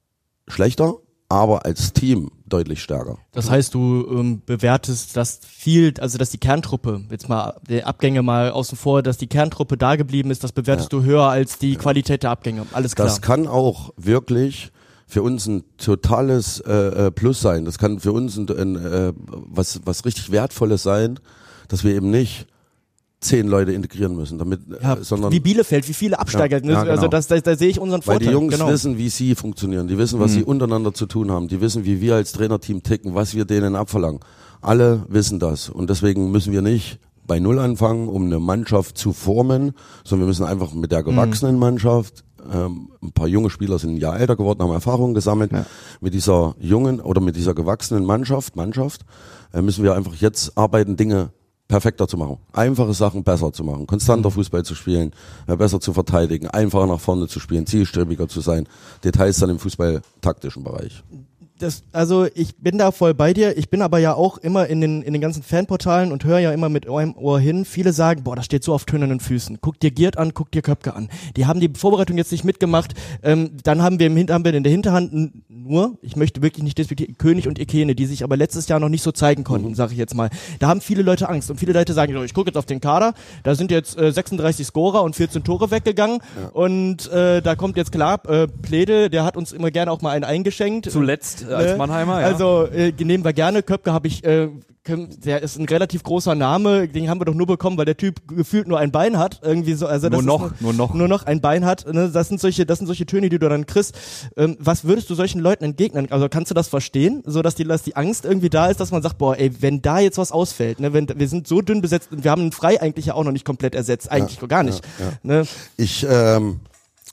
schlechter, aber als Team deutlich stärker. Das heißt, du ähm, bewertest das viel, also dass die Kerntruppe, jetzt mal die Abgänge mal außen vor, dass die Kerntruppe da geblieben ist, das bewertest ja. du höher als die ja. Qualität der Abgänge. Alles klar. Das kann auch wirklich für uns ein totales äh, Plus sein. Das kann für uns ein, ein äh, was was richtig Wertvolles sein, dass wir eben nicht zehn Leute integrieren müssen, damit, ja, äh, sondern wie Bielefeld, wie viele Absteiger, ja, ja, genau. also das, da, da sehe ich unseren Vorteil. Weil die Jungs genau. wissen, wie sie funktionieren, die wissen, was mhm. sie untereinander zu tun haben, die wissen, wie wir als Trainerteam ticken, was wir denen abverlangen. Alle wissen das und deswegen müssen wir nicht bei Null anfangen, um eine Mannschaft zu formen, sondern wir müssen einfach mit der gewachsenen mhm. Mannschaft, ähm, ein paar junge Spieler sind ein Jahr älter geworden, haben Erfahrungen gesammelt, ja. mit dieser jungen oder mit dieser gewachsenen Mannschaft, Mannschaft äh, müssen wir einfach jetzt arbeiten, Dinge perfekter zu machen, einfache Sachen besser zu machen, konstanter Fußball zu spielen, besser zu verteidigen, einfacher nach vorne zu spielen, zielstrebiger zu sein. Details dann im Fußball-taktischen Bereich. Das, also ich bin da voll bei dir. Ich bin aber ja auch immer in den in den ganzen Fanportalen und höre ja immer mit eurem Ohr hin. Viele sagen, boah, das steht so auf tönernen Füßen. Guck dir Giert an, guck dir Köpke an. Die haben die Vorbereitung jetzt nicht mitgemacht. Ähm, dann haben wir im Hinter haben wir in der Hinterhand nur, ich möchte wirklich nicht despektieren, König und Ikene, die sich aber letztes Jahr noch nicht so zeigen konnten, mhm. sage ich jetzt mal. Da haben viele Leute Angst und viele Leute sagen, ich gucke jetzt auf den Kader, da sind jetzt äh, sechsunddreißig Scorer und vierzehn Tore weggegangen ja. und äh, da kommt jetzt klar, äh, Plede, der hat uns immer gerne auch mal einen eingeschenkt. Zuletzt äh, als Mannheimer, ja. Also äh, nehmen wir gerne, Köpke habe ich, äh, der ist ein relativ großer Name, den haben wir doch nur bekommen, weil der Typ gefühlt nur ein Bein hat, irgendwie so, also das nur noch, ist nur noch, nur noch ein Bein hat. Ne? Das sind solche, das sind solche Töne, die du dann kriegst. Ähm, was würdest du solchen Leuten entgegnen? Also kannst du das verstehen, so dass die, dass die Angst irgendwie da ist, dass man sagt, boah, ey, wenn da jetzt was ausfällt, ne, wenn wir sind so dünn besetzt und wir haben einen Frei eigentlich ja auch noch nicht komplett ersetzt, eigentlich ja, gar nicht. Ja, ja. Ne? Ich ähm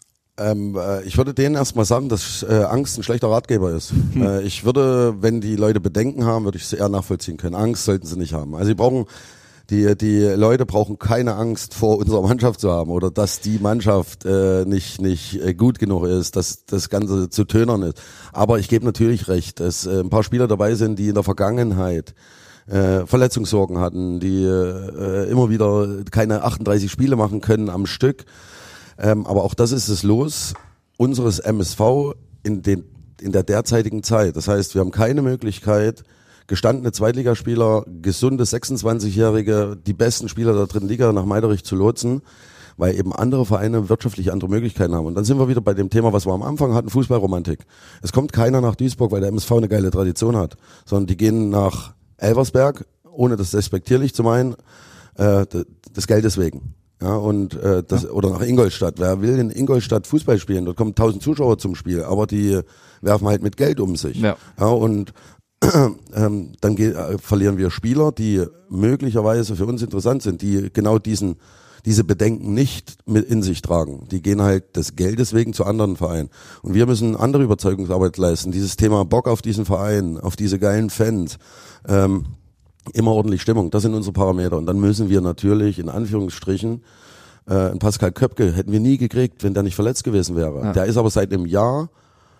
Ähm, äh, ich würde denen erstmal sagen, dass äh, Angst ein schlechter Ratgeber ist. Hm. Äh, ich würde, wenn die Leute Bedenken haben, würde ich es eher nachvollziehen können. Angst sollten sie nicht haben. Also sie brauchen, die die Leute brauchen keine Angst vor unserer Mannschaft zu haben oder dass die Mannschaft äh, nicht nicht äh, gut genug ist, dass das Ganze zu tönern ist. Aber ich gebe natürlich recht, dass äh, ein paar Spieler dabei sind, die in der Vergangenheit äh, Verletzungssorgen hatten, die äh, immer wieder keine achtunddreißig Spiele machen können am Stück. Ähm, aber auch das ist das Los unseres M S V in, den, in der derzeitigen Zeit. Das heißt, wir haben keine Möglichkeit, gestandene Zweitligaspieler, gesunde sechsundzwanzigjährige, die besten Spieler der dritten Liga nach Meiderich zu lotsen, weil eben andere Vereine wirtschaftlich andere Möglichkeiten haben. Und dann sind wir wieder bei dem Thema, was wir am Anfang hatten, Fußballromantik. Es kommt keiner nach Duisburg, weil der M S V eine geile Tradition hat, sondern die gehen nach Elversberg, ohne das despektierlich zu meinen, äh, des Geldes wegen. Ja, und äh, das ja. oder nach Ingolstadt. Wer will in Ingolstadt Fußball spielen? Dort kommen tausend Zuschauer zum Spiel, aber die werfen halt mit Geld um sich. Ja, ja und äh, ähm, dann ge- äh, verlieren wir Spieler, die möglicherweise für uns interessant sind, die genau diesen diese Bedenken nicht mit in sich tragen. Die gehen halt des Geldes wegen zu anderen Vereinen. Und wir müssen andere Überzeugungsarbeit leisten. Dieses Thema Bock auf diesen Verein, auf diese geilen Fans. Ähm, Immer ordentlich Stimmung, das sind unsere Parameter. Und dann müssen wir natürlich, in Anführungsstrichen, äh, einen Pascal Köpke hätten wir nie gekriegt, wenn der nicht verletzt gewesen wäre. Ja. Der ist aber seit einem Jahr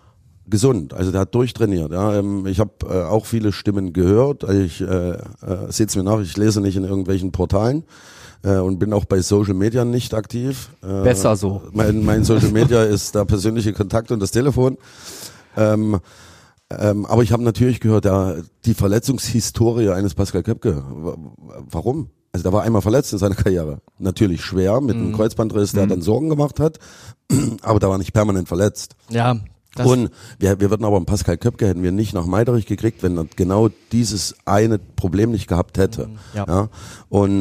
gesund, also der hat durchtrainiert. Ja. Ähm, ich habe äh, auch viele Stimmen gehört, ich äh, äh, seht's mir nach, ich lese nicht in irgendwelchen Portalen äh, und bin auch bei Social Media nicht aktiv. Äh, Besser so. Mein, mein Social Media ist der persönliche Kontakt und das Telefon. Ähm, Ähm, aber ich habe natürlich gehört, ja, die Verletzungshistorie eines Pascal Köpke. Warum? Also der war einmal verletzt in seiner Karriere. Natürlich schwer mit einem mm. Kreuzbandriss, der mm. dann Sorgen gemacht hat, aber der war nicht permanent verletzt. Ja. Das Und wir, wir würden aber einen Pascal Köpke hätten wir nicht nach Meiderich gekriegt, wenn er genau dieses eine Problem nicht gehabt hätte. Mm. Ja. ja. Und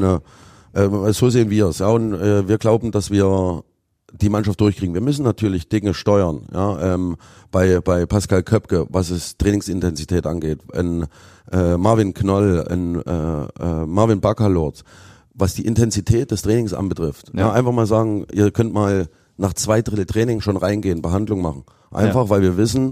äh, so sehen wir es. Ja. Und äh, wir glauben, dass wir die Mannschaft durchkriegen. Wir müssen natürlich Dinge steuern, ja, ähm, bei bei Pascal Köpke, was es Trainingsintensität angeht, ein äh, Marvin Knoll, ein äh, äh, Marvin Baccalord, was die Intensität des Trainings anbetrifft. Ja. Ja, einfach mal sagen, ihr könnt mal nach zwei Drittel Training schon reingehen, Behandlung machen. Einfach, ja. weil wir wissen,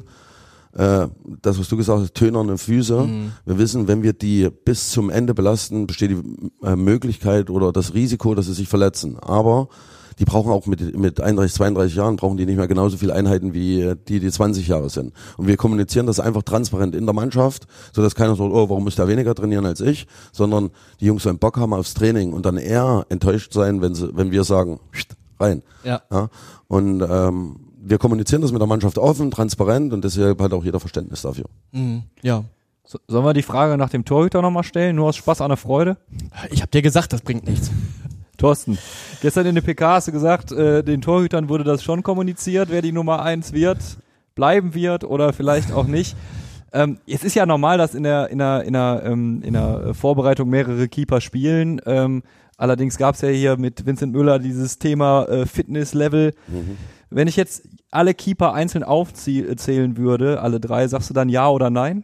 äh, das, was du gesagt hast, tönerne Füße. Mhm. Wir wissen, wenn wir die bis zum Ende belasten, besteht die äh, Möglichkeit oder das Risiko, dass sie sich verletzen. Aber die brauchen auch mit mit einunddreißig, zweiunddreißig Jahren, brauchen die nicht mehr genauso viele Einheiten wie die, die zwanzig Jahre sind. Und wir kommunizieren das einfach transparent in der Mannschaft, sodass keiner sagt, oh, warum muss der weniger trainieren als ich, sondern die Jungs sollen Bock haben aufs Training und dann eher enttäuscht sein, wenn sie, wenn wir sagen, rein. Ja. ja? Und ähm, wir kommunizieren das mit der Mannschaft offen, transparent und deshalb hat auch jeder Verständnis dafür. Mhm. Ja. So, sollen wir die Frage nach dem Torhüter nochmal stellen? Nur aus Spaß an der Freude? Ich habe dir gesagt, das bringt nichts. Thorsten, gestern in der P K hast du gesagt, äh, den Torhütern wurde das schon kommuniziert, wer die Nummer eins wird, bleiben wird oder vielleicht auch nicht. Ähm, es ist ja normal, dass in der, in der, in der, ähm, in der Vorbereitung mehrere Keeper spielen. Ähm, allerdings gab es ja hier mit Vincent Müller dieses Thema äh, Fitnesslevel. Mhm. Wenn ich jetzt alle Keeper einzeln aufzählen würde, alle drei, sagst du dann ja oder nein?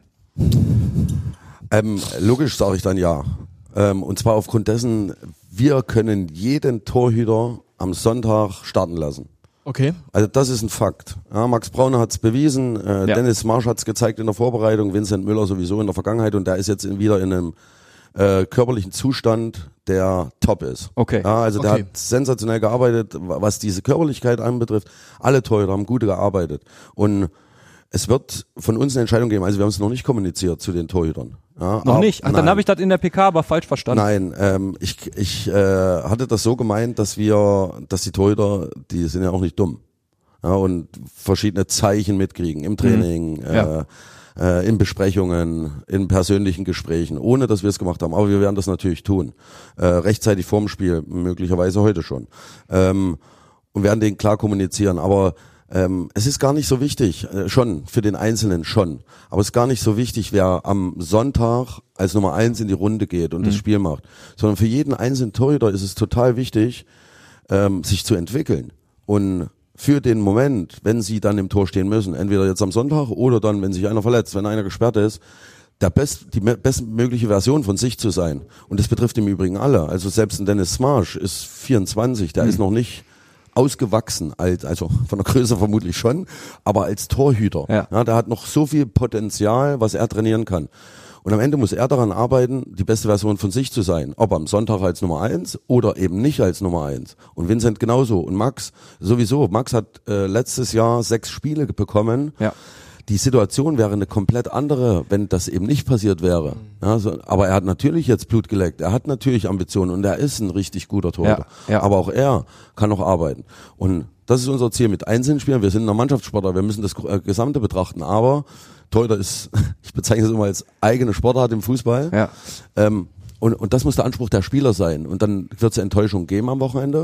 Ähm, logisch sage ich dann ja. Ähm, und zwar aufgrund dessen, wir können jeden Torhüter am Sonntag starten lassen. Okay. Also das ist ein Fakt. Ja, Max Brauner hat es bewiesen, äh, ja. Dennis Marsch hat es gezeigt in der Vorbereitung, Vincent Müller sowieso in der Vergangenheit und der ist jetzt in, wieder in einem äh, körperlichen Zustand, der top ist. Okay. Ja, also der okay. hat sensationell gearbeitet, was diese Körperlichkeit anbetrifft. Alle Torhüter haben gut gearbeitet und es wird von uns eine Entscheidung geben, also wir haben es noch nicht kommuniziert zu den Torhütern. Ja, noch nicht? Ach, dann habe ich das in der P K aber falsch verstanden. Nein, ähm, ich, ich äh, hatte das so gemeint, dass wir, dass die Torhüter, die sind ja auch nicht dumm, ja, und verschiedene Zeichen mitkriegen im Training, mhm. ja. äh, äh, in Besprechungen, in persönlichen Gesprächen, ohne dass wir es gemacht haben. Aber wir werden das natürlich tun, äh, rechtzeitig vorm Spiel, möglicherweise heute schon, ähm, und werden denen klar kommunizieren. Aber Ähm, es ist gar nicht so wichtig, äh, schon, für den Einzelnen schon, aber es ist gar nicht so wichtig, wer am Sonntag als Nummer eins in die Runde geht und mhm. das Spiel macht, sondern für jeden einzelnen Torhüter ist es total wichtig, ähm, sich zu entwickeln und für den Moment, wenn sie dann im Tor stehen müssen, entweder jetzt am Sonntag oder dann, wenn sich einer verletzt, wenn einer gesperrt ist, der best, die bestmögliche Version von sich zu sein. Und das betrifft im Übrigen alle. Also selbst ein Dennis Marsch ist vierundzwanzig, der mhm. ist noch nicht ausgewachsen, als, also von der Größe vermutlich schon, aber als Torhüter. Ja. Ja, der hat noch so viel Potenzial, was er trainieren kann. Und am Ende muss er daran arbeiten, die beste Version von sich zu sein. Ob am Sonntag als Nummer eins oder eben nicht als Nummer eins. Und Vincent genauso. Und Max sowieso. Max hat äh, letztes Jahr sechs Spiele bekommen. Ja. Die Situation wäre eine komplett andere, wenn das eben nicht passiert wäre. Ja, so, aber er hat natürlich jetzt Blut geleckt, er hat natürlich Ambitionen und er ist ein richtig guter Torhüter. Ja, ja. Aber auch er kann noch arbeiten. Und das ist unser Ziel mit Einzelspielern. Wir sind in der Mannschaftssportler, wir müssen das äh, Gesamte betrachten. Aber Torhüter ist, ich bezeichne es immer als eigene Sportart im Fußball. Ja. Ähm, und, und das muss der Anspruch der Spieler sein. Und dann wird es Enttäuschung geben am Wochenende.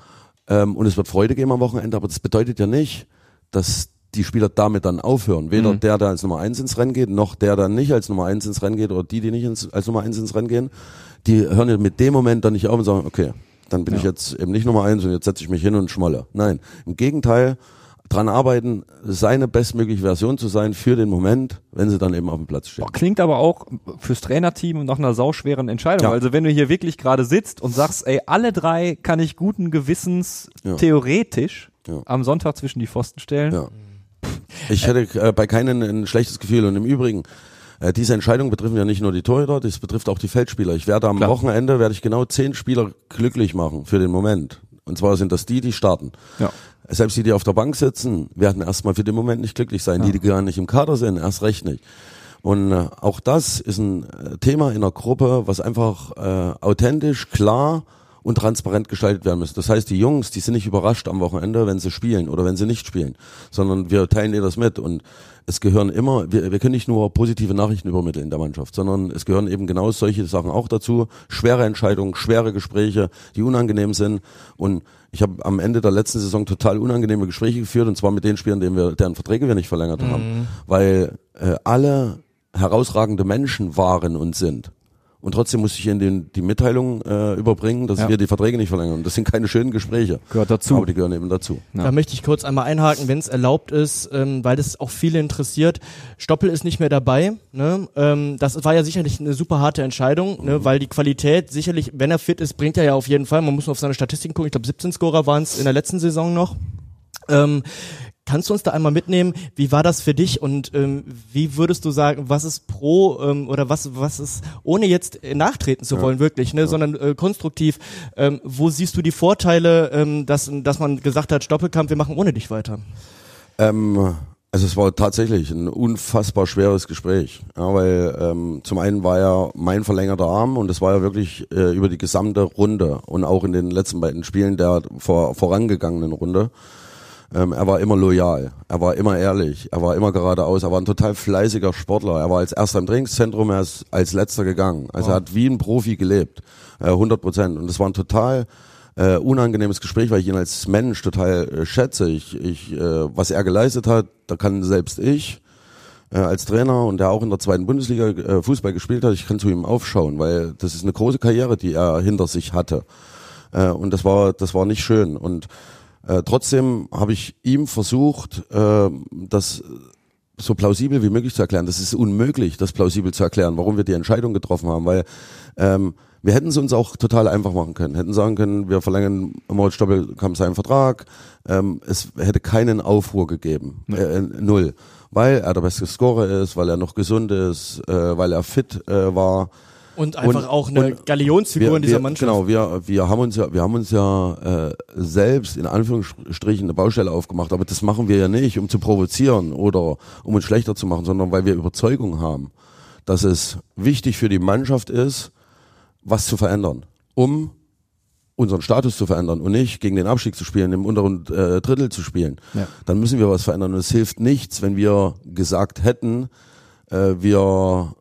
Ähm, und es wird Freude geben am Wochenende. Aber das bedeutet ja nicht, dass die Spieler damit dann aufhören. Weder mhm. der, der als Nummer eins ins Rennen geht, noch der, der nicht als Nummer eins ins Rennen geht oder die, die nicht ins, als Nummer eins ins Rennen gehen. Die hören ja mit dem Moment dann nicht auf und sagen, okay, dann bin ja. ich jetzt eben nicht Nummer eins und jetzt setze ich mich hin und schmolle. Nein, im Gegenteil, dran arbeiten, seine bestmögliche Version zu sein für den Moment, wenn sie dann eben auf dem Platz stehen. Boah, klingt aber auch fürs Trainerteam nach einer sauschweren Entscheidung. Ja. Also wenn du hier wirklich gerade sitzt und sagst, ey, alle drei kann ich guten Gewissens ja. theoretisch ja. am Sonntag zwischen die Pfosten stellen. Ja. Ich hätte äh, bei keinen ein schlechtes Gefühl und im Übrigen, äh, diese Entscheidung betreffen ja nicht nur die Torhüter, das betrifft auch die Feldspieler. Ich werde am Klar. Wochenende, werde ich genau zehn Spieler glücklich machen für den Moment. Und zwar sind das die, die starten. Ja. Selbst die, die auf der Bank sitzen, werden erstmal für den Moment nicht glücklich sein. Ja. Die, die gar nicht im Kader sind, erst recht nicht. Und äh, auch das ist ein äh, Thema in der Gruppe, was einfach äh, authentisch, klar und transparent gestaltet werden müssen. Das heißt, die Jungs, die sind nicht überrascht am Wochenende, wenn sie spielen oder wenn sie nicht spielen, sondern wir teilen ihr das mit und es gehören immer, wir, wir können nicht nur positive Nachrichten übermitteln in der Mannschaft, sondern es gehören eben genau solche Sachen auch dazu, schwere Entscheidungen, schwere Gespräche, die unangenehm sind und ich habe am Ende der letzten Saison total unangenehme Gespräche geführt und zwar mit den Spielern, denen wir, deren Verträge wir nicht verlängert haben, mhm. weil äh, alle herausragende Menschen waren und sind. Und trotzdem muss ich Ihnen den, die Mitteilung äh, überbringen, dass ja. wir die Verträge nicht verlängern. Und das sind keine schönen Gespräche. Gehört dazu. Aber die gehören eben dazu. Ja. Da möchte ich kurz einmal einhaken, wenn es erlaubt ist, ähm, weil das auch viele interessiert. Stoppel ist nicht mehr dabei. Ne? Ähm, das war ja sicherlich eine super harte Entscheidung, mhm. ne? Weil die Qualität sicherlich, wenn er fit ist, bringt er ja auf jeden Fall. Man muss nur auf seine Statistiken gucken. Ich glaube, siebzehn Scorer waren es in der letzten Saison noch. Ähm, Kannst du uns da einmal mitnehmen, wie war das für dich und ähm, wie würdest du sagen, was ist pro ähm, oder was was ist, ohne jetzt nachtreten zu wollen, ja. wirklich, ne, ja. sondern äh, konstruktiv, ähm, wo siehst du die Vorteile, ähm, dass dass man gesagt hat, Stoppelkamp, wir machen ohne dich weiter? Ähm, also es war tatsächlich ein unfassbar schweres Gespräch, ja, weil ähm, zum einen war ja mein verlängerter Arm und es war ja wirklich äh, über die gesamte Runde und auch in den letzten beiden Spielen der vor, vorangegangenen Runde. Ähm, er war immer loyal, er war immer ehrlich, er war immer geradeaus, er war ein total fleißiger Sportler. Er war als erster im Trainingszentrum, er ist als letzter gegangen. Also wow. Er hat wie ein Profi gelebt, äh, hundert Prozent. Und es war ein total äh, unangenehmes Gespräch, weil ich ihn als Mensch total äh, schätze. Ich, ich, äh, was er geleistet hat, da kann selbst ich äh, als Trainer und der auch in der zweiten Bundesliga äh, Fußball gespielt hat, ich kann zu ihm aufschauen, weil das ist eine große Karriere, die er hinter sich hatte. Äh, und das war, das war nicht schön. Und Äh, trotzdem habe ich ihm versucht, äh, das so plausibel wie möglich zu erklären. Das ist unmöglich, das plausibel zu erklären, warum wir die Entscheidung getroffen haben, weil ähm, wir hätten es uns auch total einfach machen können. Hätten sagen können, wir verlängern Moritz Stoppelkamp seinen Vertrag. Ähm, es hätte keinen Aufruhr gegeben, nee. äh, null, weil er der beste Scorer ist, weil er noch gesund ist, äh, weil er fit äh, war. Und einfach und, auch eine Galionsfigur wir, in dieser wir, Mannschaft. Genau, wir, wir haben uns ja, wir haben uns ja äh, selbst in Anführungsstrichen eine Baustelle aufgemacht, aber das machen wir ja nicht, um zu provozieren oder um uns schlechter zu machen, sondern weil wir Überzeugung haben, dass es wichtig für die Mannschaft ist, was zu verändern, um unseren Status zu verändern und nicht gegen den Abstieg zu spielen, im unteren äh, Drittel zu spielen. Ja. Dann müssen wir was verändern und es hilft nichts, wenn wir gesagt hätten, äh, wir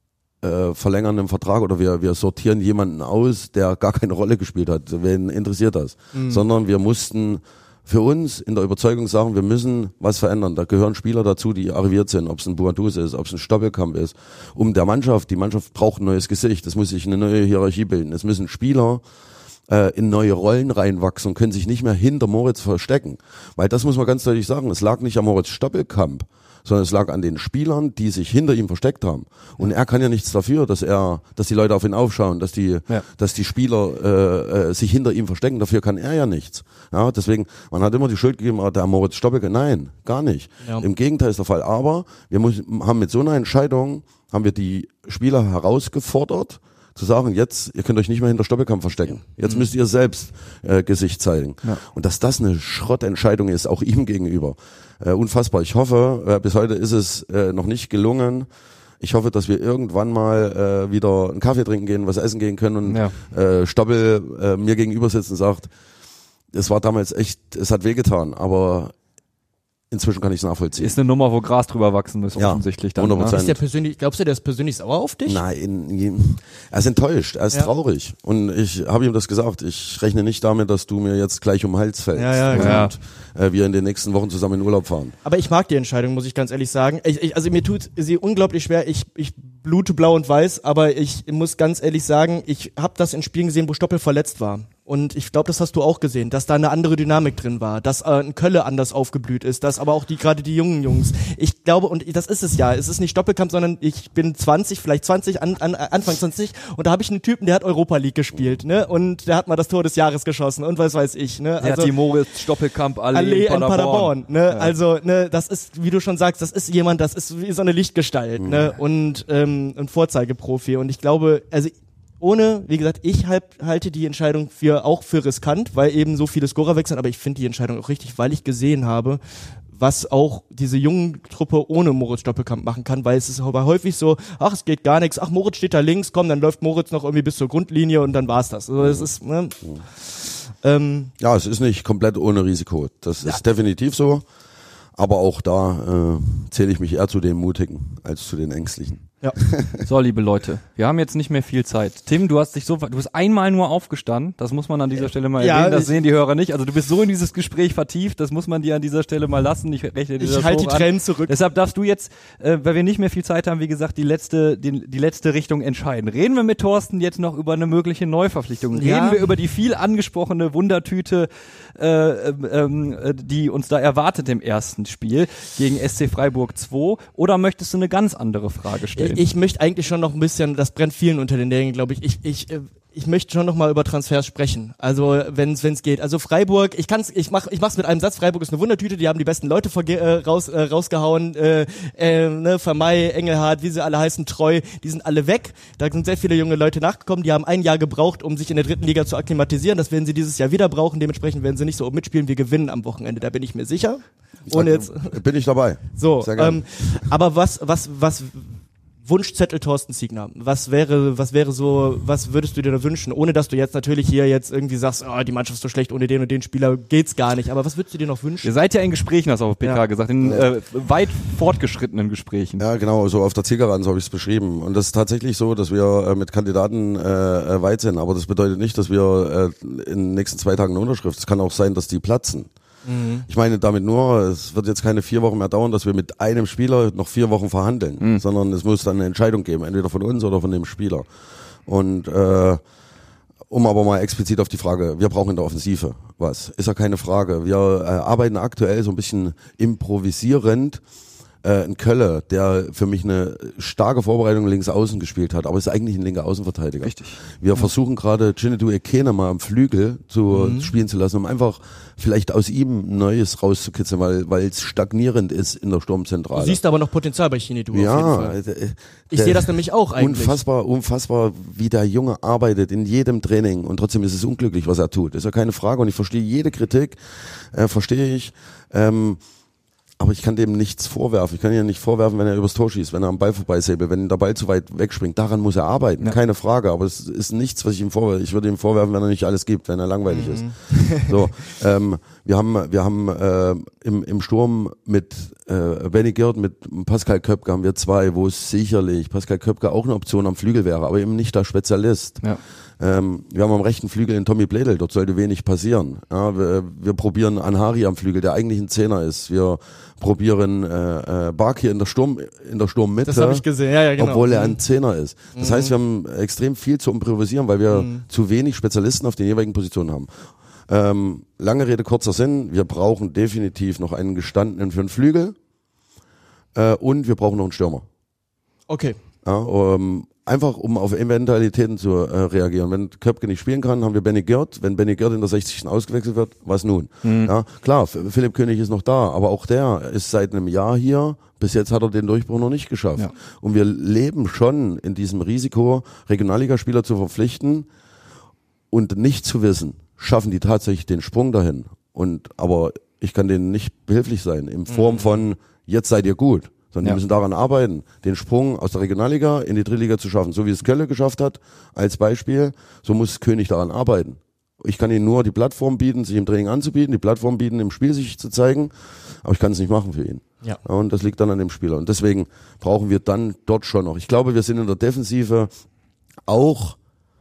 Äh, verlängern einen Vertrag oder wir wir sortieren jemanden aus, der gar keine Rolle gespielt hat. Wen interessiert das? Mhm. Sondern wir mussten für uns in der Überzeugung sagen, wir müssen was verändern. Da gehören Spieler dazu, die arriviert sind, ob es ein Boadus ist, ob es ein Stoppelkamp ist. Um der Mannschaft, die Mannschaft braucht ein neues Gesicht. Es muss sich eine neue Hierarchie bilden. Es müssen Spieler äh, in neue Rollen reinwachsen und können sich nicht mehr hinter Moritz verstecken. Weil das muss man ganz deutlich sagen, es lag nicht am Moritz Stoppelkamp, sondern es lag an den Spielern, die sich hinter ihm versteckt haben. Und er kann ja nichts dafür, dass er, dass die Leute auf ihn aufschauen, dass die, ja. dass die Spieler äh, äh, sich hinter ihm verstecken. Dafür kann er ja nichts. Ja, deswegen, man hat immer die Schuld gegeben, der Moritz Stoppelkamp. Nein, gar nicht. Ja. Im Gegenteil ist der Fall. Aber wir muss, haben mit so einer Entscheidung haben wir die Spieler herausgefordert, zu sagen, jetzt, ihr könnt euch nicht mehr hinter Stoppelkamp verstecken. Jetzt mhm. müsst ihr selbst äh, Gesicht zeigen. Ja. Und dass das eine Schrottentscheidung ist, auch ihm gegenüber. Äh, unfassbar. Ich hoffe, äh, bis heute ist es äh, noch nicht gelungen. Ich hoffe, dass wir irgendwann mal äh, wieder einen Kaffee trinken gehen, was essen gehen können und ja. äh, Stoppel äh, mir gegenüber sitzt und sagt, es war damals echt, es hat wehgetan, aber inzwischen kann ich es nachvollziehen. Ist eine Nummer, wo Gras drüber wachsen muss, ja, offensichtlich dann. hundert Prozent. Ne? Ist der persönlich, glaubst du, der ist persönlich sauer auf dich? Nein, er ist enttäuscht, er ist ja. traurig. Und ich habe ihm das gesagt, ich rechne nicht damit, dass du mir jetzt gleich um den Hals fällst. Ja, ja, und ja. Äh, wir in den nächsten Wochen zusammen in Urlaub fahren. Aber ich mag die Entscheidung, muss ich ganz ehrlich sagen. Ich, ich, also mir tut sie unglaublich schwer. Ich, ich blute blau und weiß, aber ich muss ganz ehrlich sagen, ich habe das in Spielen gesehen, wo Stoppel verletzt war. Und ich glaube, das hast du auch gesehen, dass da eine andere Dynamik drin war, dass äh, ein Kölle anders aufgeblüht ist, dass aber auch die gerade die jungen Jungs. Ich glaube, und das ist es ja, es ist nicht Stoppelkamp, sondern ich bin zwanzig, vielleicht zwanzig, an, an, Anfang zwanzig und da habe ich einen Typen, der hat Europa League gespielt, ne? Und der hat mal das Tor des Jahres geschossen und was weiß ich, ne? Der also, hat die Moritz Stoppelkamp Allee, Allee in Paderborn. In Paderborn ne? Ja. Also, ne, das ist, wie du schon sagst, das ist jemand, das ist wie so eine Lichtgestalt, mhm. ne? Und ähm, ein Vorzeigeprofi. Und ich glaube, also ohne, wie gesagt, ich halt, halte die Entscheidung für auch für riskant, weil eben so viele Scorer wechseln, aber ich finde die Entscheidung auch richtig, weil ich gesehen habe, was auch diese jungen Truppe ohne Moritz Stoppelkamp machen kann, weil es ist aber häufig so, ach, es geht gar nichts, ach, Moritz steht da links, komm, dann läuft Moritz noch irgendwie bis zur Grundlinie und dann war's das. Also es ist, ne, ähm, ja, es ist nicht komplett ohne Risiko. Das ja. ist definitiv so. Aber auch da äh, zähle ich mich eher zu den Mutigen als zu den Ängstlichen. Ja. So, liebe Leute, wir haben jetzt nicht mehr viel Zeit. Tim, du hast dich so, du bist einmal nur aufgestanden. Das muss man an dieser Stelle mal erwähnen. Ja, das sehen die Hörer nicht. Also du bist so in dieses Gespräch vertieft. Das muss man dir an dieser Stelle mal lassen. Ich rechne dir ich das halte die Tränen zurück. Deshalb darfst du jetzt, äh, weil wir nicht mehr viel Zeit haben, wie gesagt, die letzte, die, die letzte Richtung entscheiden. Reden wir mit Thorsten jetzt noch über eine mögliche Neuverpflichtung. Reden ja. wir über die viel angesprochene Wundertüte, äh, äh, die uns da erwartet im ersten Spiel gegen S C Freiburg zwei. Oder möchtest du eine ganz andere Frage stellen? Ich möchte eigentlich schon noch ein bisschen, das brennt vielen unter den Nägeln, glaube ich. Ich, ich, ich möchte schon noch mal über Transfers sprechen. Also, wenn es geht. Also Freiburg, ich kann's, ich mach, ich mach's mit einem Satz. Freiburg ist eine Wundertüte. Die haben die besten Leute verge- äh, raus, äh, rausgehauen. Äh, äh, ne, Vermey, Engelhardt, wie sie alle heißen, Treu. Die sind alle weg. Da sind sehr viele junge Leute nachgekommen. Die haben ein Jahr gebraucht, um sich in der dritten Liga zu akklimatisieren. Das werden sie dieses Jahr wieder brauchen. Dementsprechend werden sie nicht so oben mitspielen. Wir gewinnen am Wochenende. Da bin ich mir sicher. Ohne jetzt. Bin ich dabei. So. Ähm, aber was, was, was Wunschzettel Thorsten Ziegner. Was wäre, was wäre so, was würdest du dir da wünschen? Ohne dass du jetzt natürlich hier jetzt irgendwie sagst, oh, die Mannschaft ist so schlecht, ohne den und den Spieler geht's gar nicht. Aber was würdest du dir noch wünschen? Ihr seid ja in Gesprächen, hast du auf P K Ja. gesagt, in äh, weit fortgeschrienen Gesprächen. Ja, genau, so auf der Zielgeraden, so habe ich es beschrieben. Und das ist tatsächlich so, dass wir äh, mit Kandidaten äh, weit sind. Aber das bedeutet nicht, dass wir äh, in den nächsten zwei Tagen eine Unterschrift. Es kann auch sein, dass die platzen. Mhm. Ich meine damit nur, es wird jetzt keine vier Wochen mehr dauern, dass wir mit einem Spieler noch vier Wochen verhandeln, mhm. sondern es muss dann eine Entscheidung geben, entweder von uns oder von dem Spieler. Und äh, um aber mal explizit auf die Frage, wir brauchen in der Offensive was, ist ja keine Frage. Wir äh, arbeiten aktuell so ein bisschen improvisierend. Äh, ein Kölle, der für mich eine starke Vorbereitung links außen gespielt hat, aber ist eigentlich ein linker Außenverteidiger. Richtig. Wir ja. versuchen gerade Chinedu Ekene mal am Flügel zu mhm. spielen zu lassen, um einfach vielleicht aus ihm Neues rauszukitzeln, weil weil es stagnierend ist in der Sturmzentrale. Du siehst aber noch Potenzial bei Chinedu ja, auf jeden Fall. Der, ich sehe das nämlich auch eigentlich. Unfassbar, unfassbar, wie der Junge arbeitet in jedem Training und trotzdem ist es unglücklich, was er tut. Ist ja keine Frage und ich verstehe jede Kritik, äh, verstehe ich. Ähm, Aber ich kann dem nichts vorwerfen. Ich kann ihm nicht vorwerfen, wenn er übers Tor schießt, wenn er am Ball vorbeisäbelt, wenn der Ball zu weit wegspringt. Daran muss er arbeiten, ja. keine Frage. Aber es ist nichts, was ich ihm vorwerfe. Ich würde ihm vorwerfen, wenn er nicht alles gibt, wenn er langweilig mhm. ist. So, ähm, wir haben, wir haben äh, im, im Sturm mit äh, Benny Girt, mit Pascal Köpke haben wir zwei, wo es sicherlich Pascal Köpke auch eine Option am Flügel wäre, aber eben nicht der Spezialist. Ja. Ähm, wir haben am rechten Flügel den Tommy Bledel, dort sollte wenig passieren. Ja, wir, wir probieren Anhari am Flügel, der eigentlich ein Zehner ist. Wir probieren äh, äh, Bark hier in der Sturm in der Sturmmitte, das habe ich gesehen, ja, ja, genau. obwohl er ein Zehner ist. Das mhm. heißt, wir haben extrem viel zu improvisieren, weil wir mhm. zu wenig Spezialisten auf den jeweiligen Positionen haben. Ähm, lange Rede, kurzer Sinn, wir brauchen definitiv noch einen gestandenen für den Flügel äh, und wir brauchen noch einen Stürmer. Okay. Ja, um, einfach um auf Eventualitäten zu äh, reagieren. Wenn Köpke nicht spielen kann, haben wir Benny Girt. Wenn Benny Girt in der sechzigsten ausgewechselt wird, was nun? Mhm. Ja, klar, Philipp König ist noch da, aber auch der ist seit einem Jahr hier. Bis jetzt hat er den Durchbruch noch nicht geschafft. Ja. Und wir leben schon in diesem Risiko, Regionalligaspieler zu verpflichten und nicht zu wissen, schaffen die tatsächlich den Sprung dahin. Und aber ich kann denen nicht behilflich sein, in Form mhm. von jetzt seid ihr gut. Sondern ja. die müssen daran arbeiten, den Sprung aus der Regionalliga in die Drittliga zu schaffen. So wie es Kölle geschafft hat, als Beispiel, so muss König daran arbeiten. Ich kann ihnen nur die Plattform bieten, sich im Training anzubieten, die Plattform bieten, im Spiel sich zu zeigen, aber ich kann es nicht machen für ihn. Ja. Und das liegt dann an dem Spieler. Und deswegen brauchen wir dann dort schon noch. Ich glaube, wir sind in der Defensive auch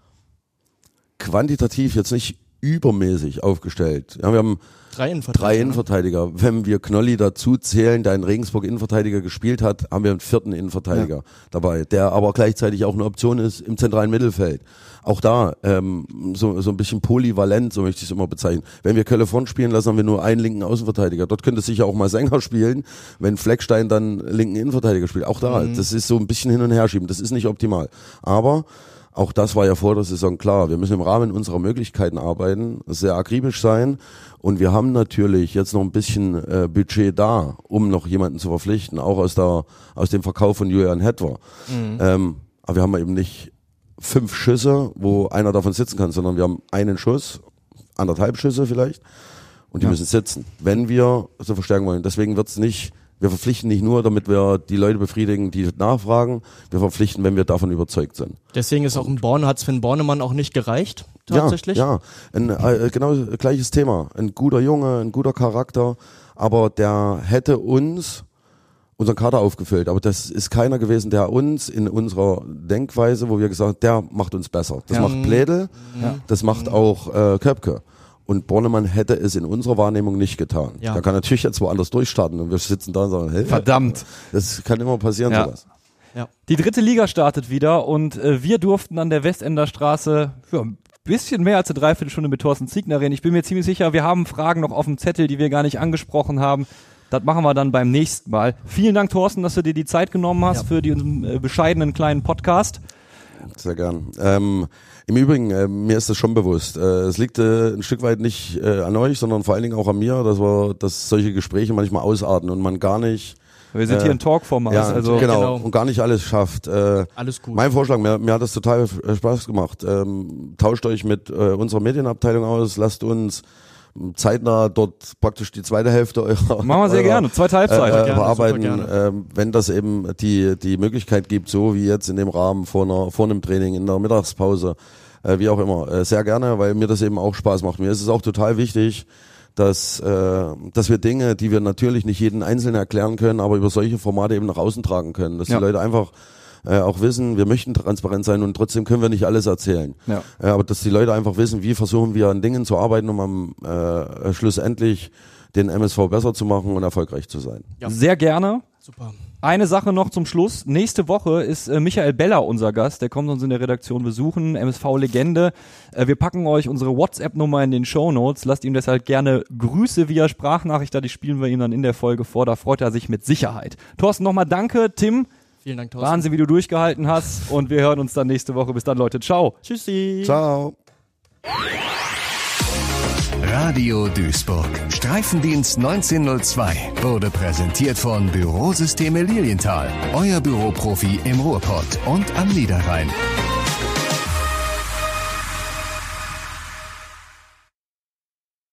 quantitativ jetzt nicht übermäßig aufgestellt. Ja, wir haben Drei Innenverteidiger. Drei Innenverteidiger. Wenn wir Knolli dazu zählen, der in Regensburg Innenverteidiger gespielt hat, haben wir einen vierten Innenverteidiger ja. dabei, der aber gleichzeitig auch eine Option ist im zentralen Mittelfeld. Auch da ähm, so, so ein bisschen polyvalent, so möchte ich es immer bezeichnen. Wenn wir Kölle-Font spielen lassen, haben wir nur einen linken Außenverteidiger. Dort könnte sicher auch mal Sänger spielen, wenn Fleckstein dann linken Innenverteidiger spielt. Auch da, mhm. das ist so ein bisschen hin und her schieben. Das ist nicht optimal. Aber auch das war ja vor der Saison klar. Wir müssen im Rahmen unserer Möglichkeiten arbeiten, sehr akribisch sein. Und wir haben natürlich jetzt noch ein bisschen äh, Budget da, um noch jemanden zu verpflichten, auch aus der aus dem Verkauf von Julian Hetwer. Mhm. Ähm, aber wir haben eben nicht fünf Schüsse, wo einer davon sitzen kann, sondern wir haben einen Schuss, anderthalb Schüsse vielleicht, und die ja. müssen sitzen, wenn wir so verstärken wollen. Deswegen wird's nicht, wir verpflichten nicht nur, damit wir die Leute befriedigen, die nachfragen, wir verpflichten, wenn wir davon überzeugt sind. Deswegen ist auch ein Borne, hat's für einen Bornemann auch nicht gereicht, tatsächlich? Ja, ja. Ein, äh, genau gleiches Thema. Ein guter Junge, ein guter Charakter, aber der hätte uns unseren Kader aufgefüllt, aber das ist keiner gewesen, der uns in unserer Denkweise, wo wir gesagt haben, der macht uns besser. Das ja. macht Bledel, ja. das macht auch äh, Köpke. Und Bornemann hätte es in unserer Wahrnehmung nicht getan. Ja. Der kann natürlich jetzt woanders durchstarten und wir sitzen da und sagen, hey, verdammt. Das kann immer passieren, ja. sowas. Ja. Die dritte Liga startet wieder und äh, wir durften an der Westender Straße für ein bisschen mehr als eine Dreiviertelstunde mit Thorsten Ziegner reden. Ich bin mir ziemlich sicher, wir haben Fragen noch auf dem Zettel, die wir gar nicht angesprochen haben. Das machen wir dann beim nächsten Mal. Vielen Dank, Thorsten, dass du dir die Zeit genommen hast ja. für diesen äh, bescheidenen kleinen Podcast. Sehr gern. Ähm, Im Übrigen, äh, mir ist das schon bewusst. Äh, es liegt äh, ein Stück weit nicht äh, an euch, sondern vor allen Dingen auch an mir, dass wir, dass solche Gespräche manchmal ausarten und man gar nicht. Wir sind äh, hier ein Talkformat. Ja, also genau, genau. Und gar nicht alles schafft. Äh, alles gut. Mein Vorschlag, mir, mir hat das total Spaß gemacht. Ähm, tauscht euch mit äh, unserer Medienabteilung aus, lasst uns zeitnah dort praktisch die zweite Hälfte eurer Machen wir sehr eurer, gerne, zweite Halbzeit. Äh, gerne, bearbeiten, super gerne. äh, wenn das eben die die Möglichkeit gibt, so wie jetzt in dem Rahmen vor einer vor einem Training in der Mittagspause, äh, wie auch immer, äh, sehr gerne, weil mir das eben auch Spaß macht. Mir ist es auch total wichtig, dass äh, dass wir Dinge, die wir natürlich nicht jeden Einzelnen erklären können, aber über solche Formate eben nach außen tragen können, dass Ja. die Leute einfach äh, auch wissen, wir möchten transparent sein und trotzdem können wir nicht alles erzählen. Ja. Äh, aber dass die Leute einfach wissen, wie versuchen wir an Dingen zu arbeiten, um am äh, schlussendlich den M S V besser zu machen und erfolgreich zu sein. Ja. Sehr gerne. Super. Eine Sache noch zum Schluss. Nächste Woche ist äh, Michael Beller unser Gast. Der kommt uns in der Redaktion besuchen. M S V-Legende. Äh, wir packen euch unsere WhatsApp-Nummer in den Shownotes. Lasst ihm deshalb gerne Grüße via Sprachnachricht da. Die spielen wir ihm dann in der Folge vor. Da freut er sich mit Sicherheit. Thorsten, nochmal danke. Tim, Vielen Dank, Thorsten. Wahnsinn, wie du durchgehalten hast. Und wir hören uns dann nächste Woche. Bis dann, Leute. Ciao. Tschüssi. Ciao. Radio Duisburg. Streifendienst neunzehnhundertzwei wurde präsentiert von Bürosysteme Lilienthal. Euer Büroprofi im Ruhrpott und am Niederrhein.